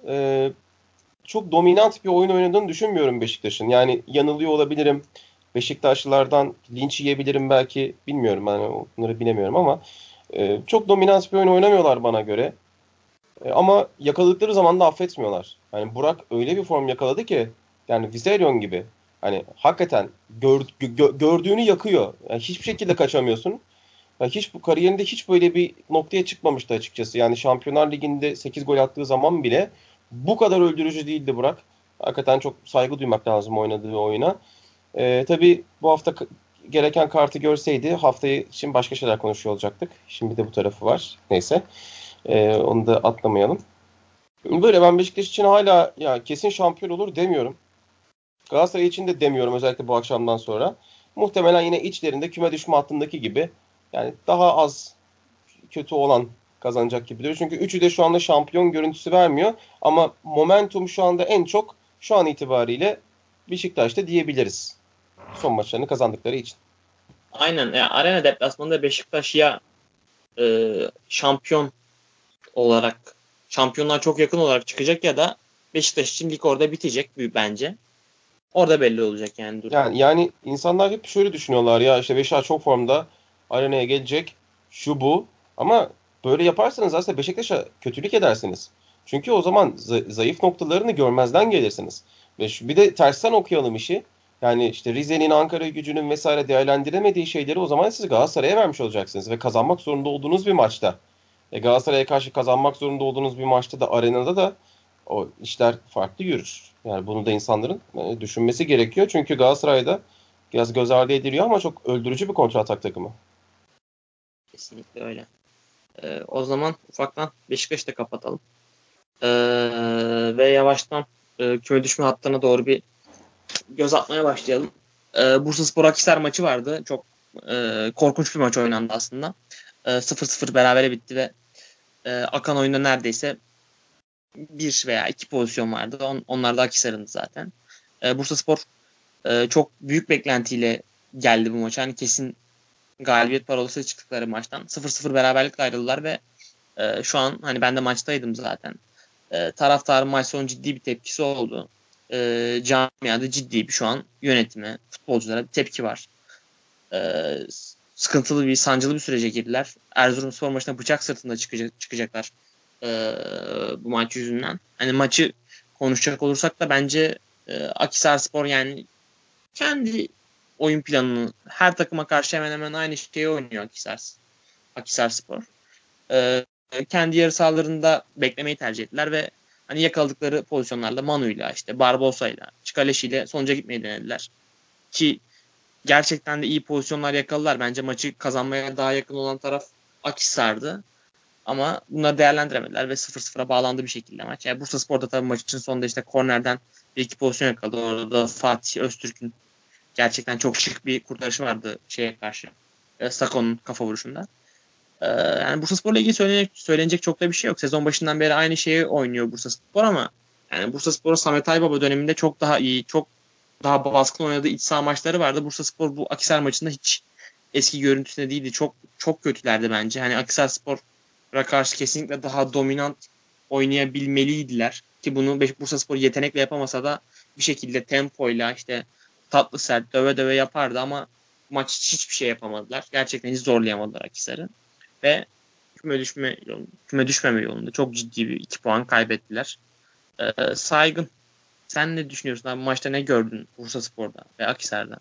çok dominant bir oyun oynadığını düşünmüyorum Beşiktaş'ın. Yani yanılıyor olabilirim. Beşiktaşlılardan linç yiyebilirim belki. Bilmiyorum, ben onları bilemiyorum ama çok dominant bir oyun oynamıyorlar bana göre. Ama yakaladıkları zaman da affetmiyorlar. Yani Burak öyle bir form yakaladı ki yani Viserion gibi. Hani hakikaten gördüğünü yakıyor. Yani hiçbir şekilde kaçamıyorsun. Yani hiç bu kariyerinde hiç böyle bir noktaya çıkmamıştı açıkçası. Yani Şampiyonlar Ligi'nde 8 gol attığı zaman bile bu kadar öldürücü değildi Burak. Hakikaten çok saygı duymak lazım oynadığı oyuna. Tabii bu hafta gereken kartı görseydi haftayı için başka şeyler konuşuyor olacaktık. Şimdi de bu tarafı var. Neyse. Onu da atlamayalım. Böyle ben Beşiktaş için hala ya kesin şampiyon olur demiyorum. Galatasaray için de demiyorum özellikle bu akşamdan sonra. Muhtemelen yine içlerinde küme düşme hattındaki gibi yani daha az kötü olan kazanacak gibi duruyor. Çünkü üçü de şu anda şampiyon görüntüsü vermiyor. Ama momentum şu anda en çok şu an itibariyle Beşiktaş'ta diyebiliriz. Son maçlarını kazandıkları için. Aynen. Arena deplasmanında Beşiktaş ya şampiyon olarak şampiyonlar çok yakın olarak çıkacak ya da Beşiktaş için lig orada bitecek bence. Orada belli olacak yani durum. Yani insanlar hep şöyle düşünüyorlar ya işte Beşiktaş çok formda arenaya gelecek şu bu. Ama böyle yaparsanız aslında Beşiktaş'a kötülük edersiniz. Çünkü o zaman zayıf noktalarını görmezden gelirsiniz. Ve bir de tersten okuyalım işi. Yani işte Rize'nin, Ankaragücü'nün vesaire değerlendiremediği şeyleri o zaman siz Galatasaray'a vermiş olacaksınız. Ve kazanmak zorunda olduğunuz bir maçta. Galatasaray'a karşı kazanmak zorunda olduğunuz bir maçta da arenada da o işler farklı yürür. Yani bunu da insanların düşünmesi gerekiyor. Çünkü Galatasaray'da biraz göz ardı ediliyor ama çok öldürücü bir kontratak takımı. Kesinlikle öyle. O zaman ufaktan Beşiktaş'ı da kapatalım. Ve yavaştan küme düşme hattına doğru bir göz atmaya başlayalım. Bursaspor Akhisar maçı vardı. Çok korkunç bir maç oynandı aslında. 0-0 berabere bitti ve akan oyunda neredeyse bir veya iki pozisyon vardı. Onlar da Akhisar'ındı zaten. Bursaspor çok büyük beklentiyle geldi bu maça. Hani kesin galibiyet parolası çıktıkları maçtan 0-0 beraberlikle ayrıldılar ve şu an hani ben de maçtaydım zaten. Taraftarın maç sonu ciddi bir tepkisi oldu. Camiada ciddi bir şu an yönetime, futbolculara bir tepki var. Sıkıntılı bir, sancılı bir sürece girdiler. Erzurumspor maçına bıçak sırtında çıkacaklar. bu maç yüzünden. Hani maçı konuşacak olursak da bence Akhisarspor yani kendi oyun planını her takıma karşı hemen hemen aynı şeyi oynuyor Akhisarspor. Kendi yarı sahalarında beklemeyi tercih ettiler ve hani yakaladıkları pozisyonlarla Manu'yla işte Barbosa'yla Çikaleşi'yle sonuca gitmeyi denediler. Ki gerçekten de iyi pozisyonlar yakaladılar. Bence maçı kazanmaya daha yakın olan taraf Akhisar'dı. Ama bunları değerlendiremediler ve 0-0'a bağlandı bir şekilde maç. Yani Bursaspor da tabii maçın sonunda işte kornerden bir iki pozisyon yakaladı. Orada da Fatih Öztürk'ün gerçekten çok şık bir kurtarışı vardı şeye karşı. Sako'nun kafa vuruşunda. Yani Bursaspor'la ilgili söylenecek çok da bir şey yok. Sezon başından beri aynı şeyi oynuyor Bursaspor ama yani Bursaspor'un Samet Aybaba döneminde çok daha iyi, çok daha baskın oynadığı iç saha maçları vardı. Bursaspor bu Akhisar maçında hiç eski görüntüsünde değildi. Çok çok kötülerdi bence. Hani Akhisarspor'a karşı kesinlikle daha dominant oynayabilmeliydiler. Ki bunu Bursaspor yetenekle yapamasa da bir şekilde tempoyla işte tatlı sert döve döve yapardı ama maç hiçbir şey yapamadılar. Gerçekten hiç zorlayamadılar Akhisar'ı. Ve küme düşmeme yolunda çok ciddi bir 2 puan kaybettiler. Saygın. Sen ne düşünüyorsun abi? Maçta ne gördün Bursaspor'da ve Akhisar'da?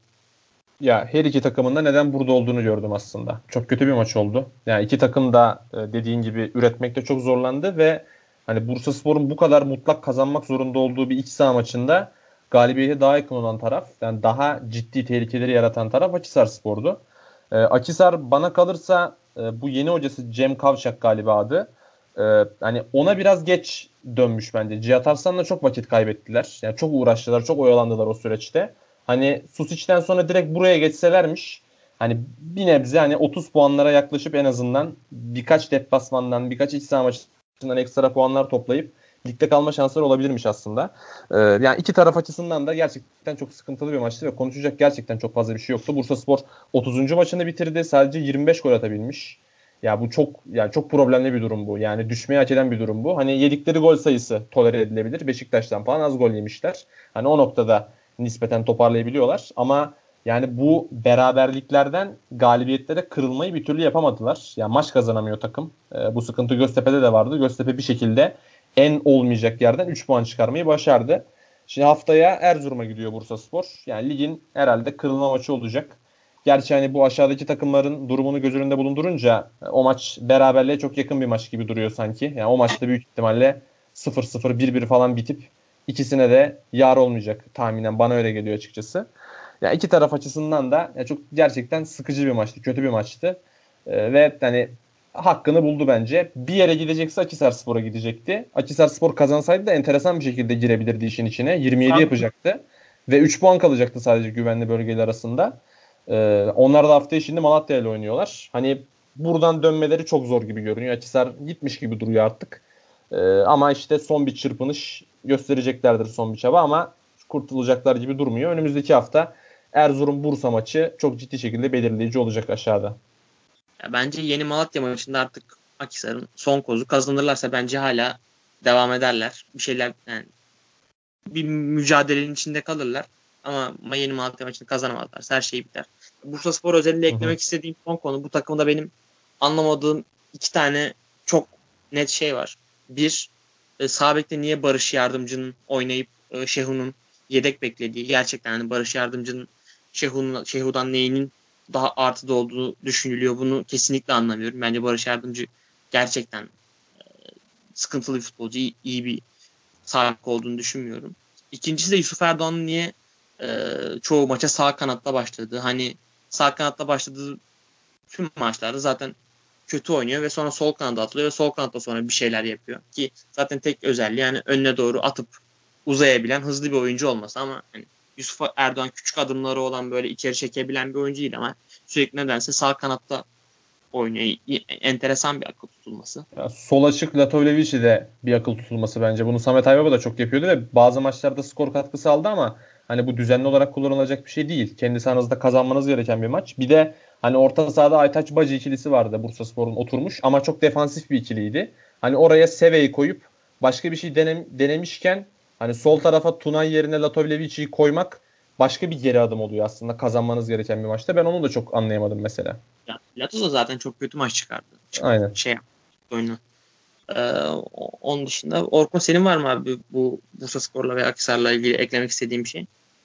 Ya her iki takımın da neden burada olduğunu gördüm aslında. Çok kötü bir maç oldu. Yani iki takım da dediğin gibi üretmekte çok zorlandı ve hani Bursaspor'un bu kadar mutlak kazanmak zorunda olduğu bir iç saha maçında galibiyete daha yakın olan taraf, yani daha ciddi tehlikeleri yaratan taraf Akhisarspor'du. Akhisar bana kalırsa bu yeni hocası Cem Kavşak galiba adı. Hani ona biraz geç dönmüş bence. Cihat Arslan'la çok vakit kaybettiler. Yani çok uğraştılar, çok oyalandılar o süreçte. Hani Susic'ten sonra direkt buraya geçselermiş, hani bir nebze hani 30 puanlara yaklaşıp en azından birkaç deplasmandan, birkaç iç saha maçından ekstra puanlar toplayıp ligde kalma şansları olabilirmiş aslında. Yani iki taraf açısından da gerçekten çok sıkıntılı bir maçtı ve konuşacak gerçekten çok fazla bir şey yoktu. Bursaspor 30. maçını bitirdi. Sadece 25 gol atabilmiş. Ya bu çok, yani çok problemli bir durum bu. Yani düşmeye hak eden bir durum bu. Hani yedikleri gol sayısı tolere edilebilir. Beşiktaş'tan falan az gol yemişler. Hani o noktada nispeten toparlayabiliyorlar. Ama yani bu beraberliklerden galibiyetlere kırılmayı bir türlü yapamadılar. Yani maç kazanamıyor takım. Bu sıkıntı Göztepe'de de vardı. Göztepe bir şekilde en olmayacak yerden 3 puan çıkarmayı başardı. Şimdi haftaya Erzurum'a gidiyor Bursaspor. Yani ligin herhalde kırılma maçı olacak. Gerçi hani bu aşağıdaki takımların durumunu göz önünde bulundurunca o maç beraberliğe çok yakın bir maç gibi duruyor sanki. Yani o maçta büyük ihtimalle 0-0, 1-1 falan bitip ikisine de yar olmayacak tahminen, bana öyle geliyor açıkçası. Yani iki taraf açısından da yani çok gerçekten sıkıcı bir maçtı, kötü bir maçtı. Ve hani hakkını buldu bence. Bir yere gidecekse Akhisarspor'a gidecekti. Akhisarspor kazansaydı da enteresan bir şekilde girebilirdi işin içine. 27 yapacaktı ve 3 puan kalacaktı sadece güvenli bölgeler arasında. Onlar da haftaya şimdi Malatya ile oynuyorlar. Hani buradan dönmeleri çok zor gibi görünüyor. Akhisar gitmiş gibi duruyor artık. Ama işte son bir çırpınış göstereceklerdir, son bir çaba, ama kurtulacaklar gibi durmuyor. Önümüzdeki hafta Erzurum-Bursa maçı çok ciddi şekilde belirleyici olacak aşağıda. Ya bence yeni Malatya maçında artık Akhisar'ın son kozu kazanırlarsa bence hala devam ederler. Bir şeyler yani bir mücadelenin içinde kalırlar. Ama yeni Malatya maçını kazanamazlarsa her şey biter. Bursaspor özelinde Hı hı. eklemek istediğim son konu, bu takımda benim anlamadığım iki tane çok net şey var. Bir, sağ bekte niye Barış Yardımcı'nın oynayıp Şehu'nun yedek beklediği, gerçekten hani Barış Yardımcı'nın Şehu'dan neyinin daha artıda olduğu düşünülüyor. Bunu kesinlikle anlamıyorum. Bence Barış Yardımcı gerçekten sıkıntılı bir futbolcu, iyi bir sahip olduğunu düşünmüyorum. İkincisi de Yusuf Erdoğan'ın niye çoğu maça sağ kanatta başladığı. Hani sağ kanatta başladığı tüm maçlarda zaten kötü oynuyor ve sonra sol kanada atılıyor ve sol kanatta sonra bir şeyler yapıyor. Ki zaten tek özelliği yani önüne doğru atıp uzayabilen hızlı bir oyuncu olması, ama hani Yusuf Erdoğan küçük adımları olan böyle içeri çekebilen bir oyuncu değil ama sürekli nedense sağ kanatta oynuyor. Enteresan bir akıl tutulması. Ya, sol açık Latovlevic'i de bir akıl tutulması bence. Bunu Samet Aybaba da çok yapıyordu ve bazı maçlarda skor katkısı aldı ama hani bu düzenli olarak kullanılacak bir şey değil. Kendi sahanızda kazanmanız gereken bir maç. Bir de hani orta sahada Aytaç Bacı ikilisi vardı Bursaspor'un, oturmuş ama çok defansif bir ikiliydi. Hani oraya Seve'yi koyup başka bir şey denemişken hani sol tarafa Tunay yerine Latovlevic'i koymak başka bir geri adım oluyor aslında kazanmanız gereken bir maçta. Ben onu da çok anlayamadım mesela. Ya, Lato da zaten çok kötü maç çıkardı. Aynen. Şey oyunu. Onun dışında Orkun, senin var mı abi bu Bursaspor'la ve Akhisar'la ilgili eklemek istediğim bir şey?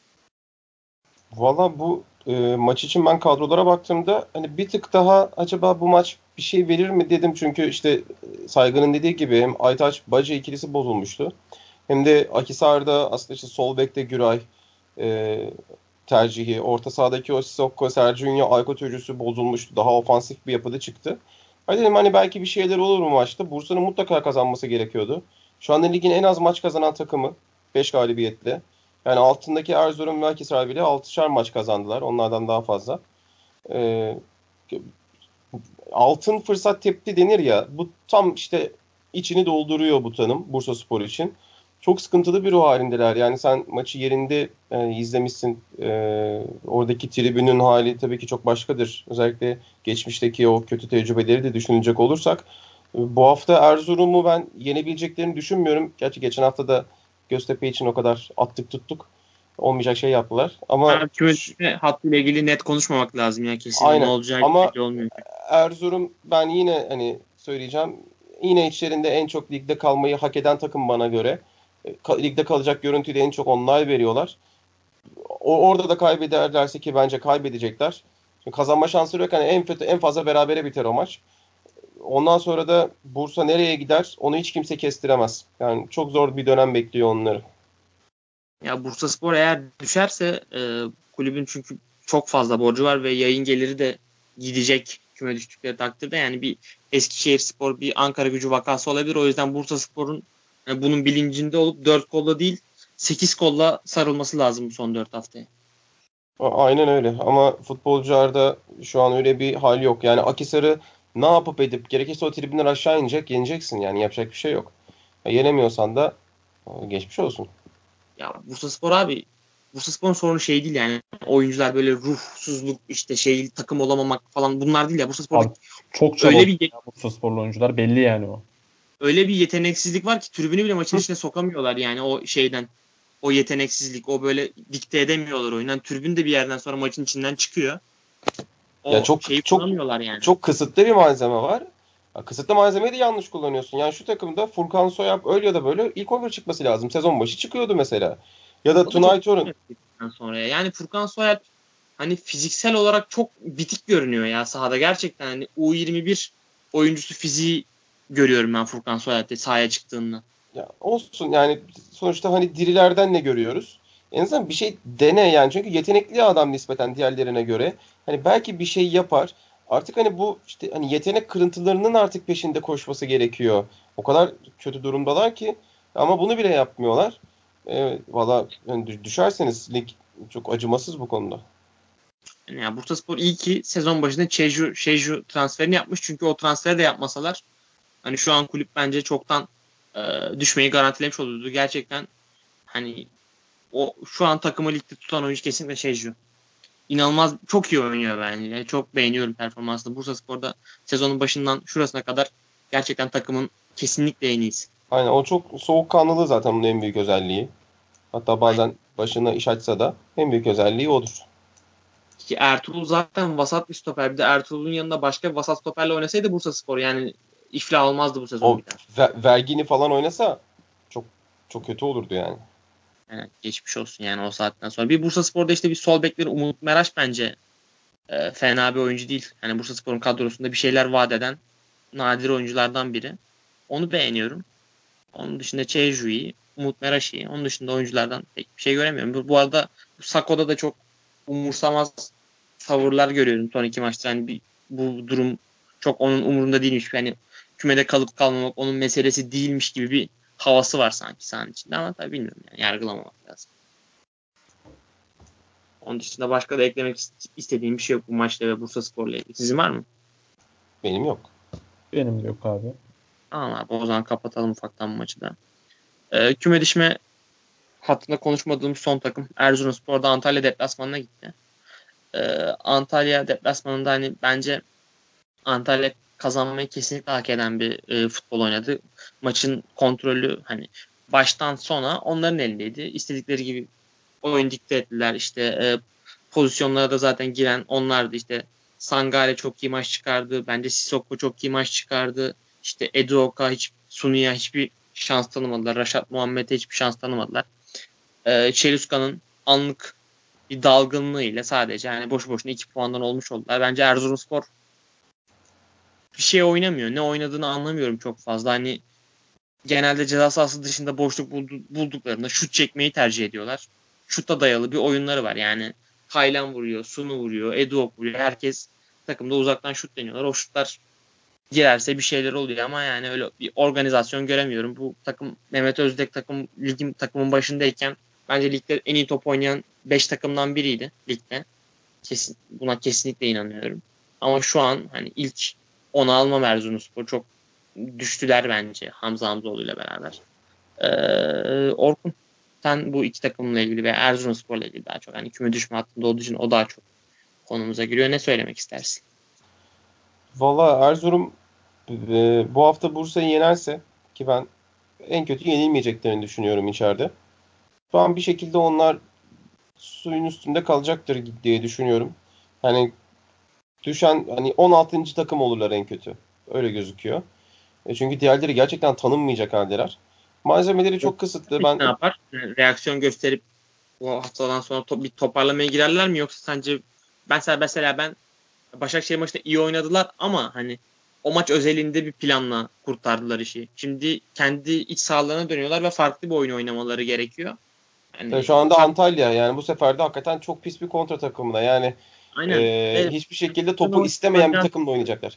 Valla bu maç için ben kadrolara baktığımda hani bir tık daha acaba bu maç bir şey verir mi dedim. Çünkü işte Saygı'nın dediği gibi hem Aytaç Bacı ikilisi bozulmuştu. Hem de Akhisar'da aslında işte sol bekte Güray e, tercihi, orta sahadaki o Sissoko, Sergiño, Aykut üçlüsü bozulmuştu. Daha ofansif bir yapıda çıktı. Hadi dedim hani belki bir şeyler olur mu maçta. Bursa'nın mutlaka kazanması gerekiyordu. Şu anda ligin en az maç kazanan takımı 5 galibiyetle. Yani altındaki Erzurum ve Akhisar bile 6'şar maç kazandılar. Onlardan daha fazla. Ee, Altın fırsat tepti denir ya. Bu tam işte içini dolduruyor bu tanım Bursaspor için. Çok sıkıntılı bir ruh halindeler. Yani sen maçı yerinde izlemişsin. Oradaki tribünün hali tabii ki çok başkadır. Özellikle geçmişteki o kötü tecrübeleri de düşünecek olursak. Bu hafta Erzurum'u ben yenebileceklerini düşünmüyorum. Gerçi geçen hafta da Göztepe için o kadar attık tuttuk. Olmayacak şey yaptılar. Ama Küme düşme hattıyla ilgili net konuşmamak lazım ya, kesin. Ne aynen. olacağı Ama belli olmuyor. Erzurum ben yine hani söyleyeceğim. Yine içlerinde en çok ligde kalmayı hak eden takım bana göre. Ligde kalacak görüntüyü de en çok onlar veriyorlar. Orada da kaybederlerse ki bence kaybedecekler. Çünkü kazanma şansı yok. Yani en kötü en fazla berabere biter o maç. Ondan sonra da Bursa nereye gider onu hiç kimse kestiremez. Yani çok zor bir dönem bekliyor onları. Ya Bursaspor eğer düşerse kulübün çünkü çok fazla borcu var ve yayın geliri de gidecek küme düştükleri takdirde. Yani bir Eskişehirspor, bir Ankara Gücü vakası olabilir. O yüzden Bursaspor'un bunun bilincinde olup 4 kolla değil 8 kolla sarılması lazım bu son 4 haftaya. Aynen öyle ama futbolcularda şu an öyle bir hal yok. Yani Akhisar'ı ne yapıp edip gerekirse o tribünden aşağı inecek, yeneceksin yani yapacak bir şey yok. Yenemiyorsan da geçmiş olsun. Ya Bursaspor abi, Bursaspor'un sorunu şey değil yani, oyuncular böyle ruhsuzluk işte şey takım olamamak falan, bunlar değil ya. Bursaspor'da Abi çok öyle çabuk bir Bursasporlu oyuncular belli yani o. öyle bir yeteneksizlik var ki tribünü bile maçın içine sokamıyorlar yani, o şeyden. O yeteneksizlik, o böyle dikte edemiyorlar oyundan. Yani tribün de bir yerden sonra maçın içinden çıkıyor. Ya O çok şeyi çok kullanmıyorlar yani. çok kısıtlı bir malzeme var. Ya kısıtlı malzemeyi de yanlış kullanıyorsun. Yani şu takımda Furkan Soyap öyle ya da böyle ilk 11 çıkması lazım. Sezon başı çıkıyordu mesela. Ya da O da çok Tunay Torun. sonra ya. Yani Furkan Soyer hani fiziksel olarak çok bitik görünüyor ya sahada. Gerçekten hani U21 oyuncusu fiziği görüyorum ben Furkan Soyer'de sahaya çıktığında. Ya olsun yani sonuçta hani dirilerden ne görüyoruz? En azından bir şey dene yani. Çünkü yetenekli adam nispeten diğerlerine göre. Hani belki bir şey yapar. Artık hani bu işte hani yetenek kırıntılarının artık peşinde koşması gerekiyor. O kadar kötü durumdalar ki ama bunu bile yapmıyorlar. Valla yani düşerseniz lig çok acımasız bu konuda. Yani Bursaspor iyi ki sezon başında Çeju transferini yapmış. Çünkü o transferi de yapmasalar hani şu an kulüp bence çoktan düşmeyi garantilemiş olurdu. Gerçekten hani o şu an takımı ligde tutan oyuncu kesinlikle Çeju. İnanılmaz çok iyi oynuyor bence. Yani çok beğeniyorum performansını. Bursaspor'da sezonun başından şurasına kadar gerçekten takımın kesinlikle en iyisi. Aynen o çok soğukkanlılığı zaten bunun en büyük özelliği. Hatta Aynen. bazen başına iş açsa da en büyük özelliği odur. Ki Ertuğrul zaten vasat bir stoper. Bir de Ertuğrul'un yanında başka bir vasat stoperle oynasaydı Bursaspor yani iflah olmazdı bu sezon O bir daha. vergini falan oynasa çok çok kötü olurdu yani. Yani geçmiş olsun yani o saatten sonra. Bir Bursaspor'da işte bir sol bekleri Umut Meraş bence fena bir oyuncu değil. Yani Bursaspor'un kadrosunda bir şeyler vaat eden nadir oyunculardan biri. Onu beğeniyorum. Onun dışında Çeju'yu, Umut Meraş'ı. Onun dışında oyunculardan pek bir şey göremiyorum. Bu arada Sako'da da çok umursamaz tavırlar görüyorum son iki maçta. Yani bu durum çok onun umurunda değilmiş. Yani kümede kalıp kalmamak onun meselesi değilmiş gibi bir havası var sanki sahanın içinde, ama tabii bilmiyorum yani, yargılamamak lazım. Onun dışında başka da eklemek istediğim bir şey yok bu maçta ve Bursaspor'la ilgili. Sizin var mı? Benim yok. Benim de yok abi. Tamam abi, o zaman kapatalım ufaktan bu maçı da. Küme düşme hattında konuşmadığım son takım Erzurumspor da Antalya deplasmanına gitti. Antalya deplasmanında hani bence Antalya kazanmayı kesinlikle hak eden bir futbol oynadı. Maçın kontrolü hani baştan sona onların elindeydi. İstedikleri gibi oyun dikte ettiler. İşte pozisyonlara da zaten giren onlardı. İşte Sangare çok iyi maç çıkardı. Bence Sissoko çok iyi maç çıkardı. İşte Eduoka Sunu'ya hiçbir şans tanımadılar. Raşat Muhammed'e hiçbir şans tanımadılar. Çeluska'nın anlık bir dalgınlığıyla sadece yani boşu boşuna 2 puandan olmuş oldular. Bence Erzurumspor bir şey oynamıyor. Ne oynadığını anlamıyorum çok fazla. Hani genelde ceza sahası dışında boşluk bulduklarında şut çekmeyi tercih ediyorlar. Şuta dayalı bir oyunları var. Yani Taylan vuruyor, Sunu vuruyor, Eduok vuruyor. Herkes takımda uzaktan şut deniyorlar. O şutlar girerse bir şeyler oluyor ama yani öyle bir organizasyon göremiyorum. Bu takım Mehmet Özdek takımın başındayken bence ligde en iyi top oynayan 5 takımdan biriydi ligde. Buna kesinlikle inanıyorum. Ama şu an hani ilk 10'a almam Erzurumspor. Çok düştüler bence Hamza Hamzoğlu ile beraber. Orkun, sen bu iki takımla ilgili ve Erzurumspor'la ilgili daha çok hani küme düşme hattında olduğu için o daha çok konumuza giriyor. Ne söylemek istersin? Valla Erzurum bu hafta Bursa'yı yenerse, ki ben en kötü yenilmeyeceklerini düşünüyorum içeride. Şu an bir şekilde onlar suyun üstünde kalacaktır diye düşünüyorum. Hani düşen hani 16. takım olurlar en kötü. Öyle gözüküyor. Çünkü diğerleri gerçekten tanınmayacak haldeler. Malzemeleri çok kısıtlı. Ne yapar? Reaksiyon gösterip bu haftadan sonra bir toparlamaya girerler mi, yoksa sence ben Başakşehir maçında iyi oynadılar ama hani o maç özelinde bir planla kurtardılar işi. Şimdi kendi iç sahalarına dönüyorlar ve farklı bir oyun oynamaları gerekiyor. Tabii Yani şu anda Antalya, yani bu sefer de hakikaten çok pis bir kontra takımına. Yani aynen. Ve hiçbir şekilde topu istemeyen bir takımla oynayacaklar.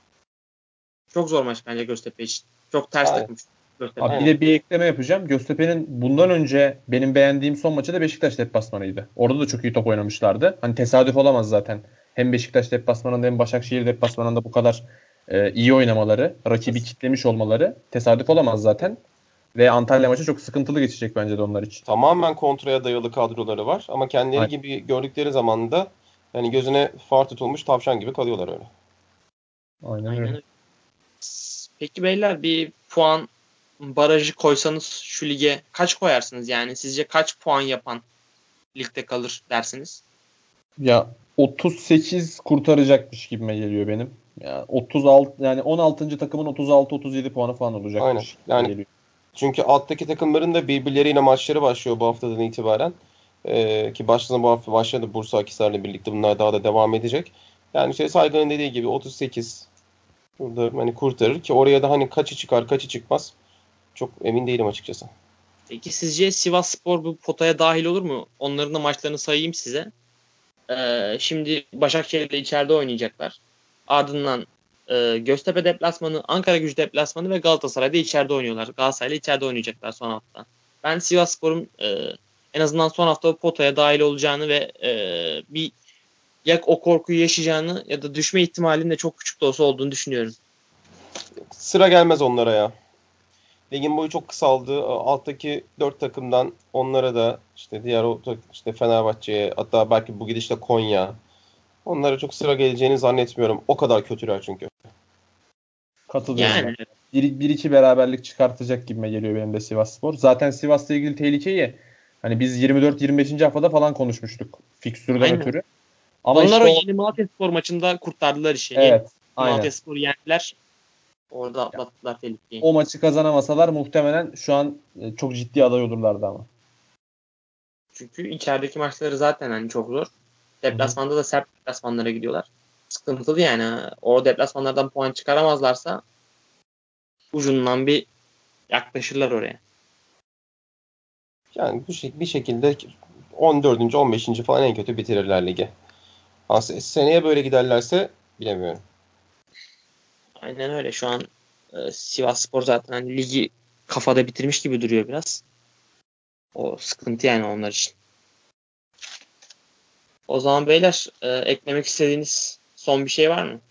çok zor maç bence Göztepe için. Çok ters Aynen. takım Göztepe. Abi bir Aynen. de bir ekleme yapacağım. Göztepe'nin bundan önce benim beğendiğim son maçı da Beşiktaş deplasmanıydı. Orada da çok iyi top oynamışlardı. Hani tesadüf olamaz zaten. Hem Beşiktaş deplasmanında hem Başakşehir deplasmanında bu kadar iyi oynamaları, rakibi kitlemiş olmaları tesadüf olamaz zaten. Ve Antalya maçı çok sıkıntılı geçecek bence de onlar için. Tamamen kontraya dayalı kadroları var ama kendileri Aynen, gibi gördükleri zaman da yani gözüne far tutulmuş tavşan gibi kalıyorlar öyle. aynen Aynen öyle. öyle. Peki beyler, bir puan barajı koysanız şu lige kaç koyarsınız? Yani sizce kaç puan yapan ligde kalır dersiniz? Ya 38 kurtaracakmış gibime geliyor benim. Ya 36, yani 16. takımın 36-37 puanı falan Aynen. olacakmış gibime Yani geliyor. çünkü alttaki takımların da birbirleriyle maçları başlıyor bu haftadan itibaren. Ki başladı, bu hafta başladı Bursa Akhisar'la birlikte. Bunlar daha da devam edecek. Yani şey, Saygı'nın dediği gibi 38 burada hani kurtarır ki oraya da hani kaçı çıkar kaçı çıkmaz çok emin değilim açıkçası. Peki sizce Sivasspor bu potaya dahil olur mu? Onların da maçlarını sayayım size. Şimdi Başakşehir'le içeride oynayacaklar. Ardından Göztepe deplasmanı, Ankaragücü deplasmanı ve Galatasaray'da içeride oynuyorlar. Galatasaray'la içeride oynayacaklar son hafta. Ben Sivasspor'un en azından son hafta potaya dahil olacağını ve bir ya o korkuyu yaşayacağını ya da düşme ihtimalinin de çok küçük de olsa olduğunu düşünüyorum. Sıra gelmez onlara ya. Ligin boyu çok kısaldı. Alttaki 4 takımdan onlara da işte diğer işte Fenerbahçe'ye, hatta belki bu gidişle Konya. Onlara çok sıra geleceğini zannetmiyorum. O kadar kötüler çünkü. Katılıyorum ben. Yani 1-2 beraberlik çıkartacak gibime geliyor benim de Sivasspor. Zaten Sivas'la ilgili tehlikeyi hani biz 24-25. haftada falan konuşmuştuk fikstürden aynen. ötürü. Ama Onlar işte o o, Yeni Malatyaspor maçında kurtardılar işi. Yeni evet, aynen. Malatyaspor'u yendiler. Orada atlattılar tehlikeyi. O maçı kazanamasalar muhtemelen şu an çok ciddi aday olurlardı ama. Çünkü içerideki maçları zaten hani çok zor. Hı hı. Deplasmanda da sert deplasmanlara gidiyorlar. Sıkıntılı yani. O deplasmanlardan puan çıkaramazlarsa ucundan bir yaklaşırlar oraya. Yani bir şekilde 14. 15. falan en kötü bitirirler ligi. Aslında seneye böyle giderlerse bilemiyorum. Aynen öyle. Şu an Sivasspor zaten hani ligi kafada bitirmiş gibi duruyor biraz. O sıkıntı yani onlar için. O zaman beyler, eklemek istediğiniz son bir şey var mı?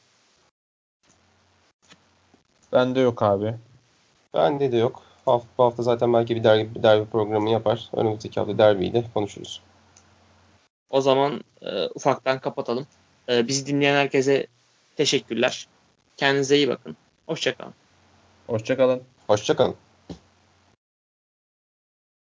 Bende yok abi. Bende de yok. Bu hafta zaten belki bir derbi programı yapar. Önümüzdeki hafta derbiyi de konuşuruz. O zaman ufaktan kapatalım. Bizi dinleyen herkese teşekkürler. Kendinize iyi bakın. Hoşça kalın. Hoşça kalın. Hoşça kalın.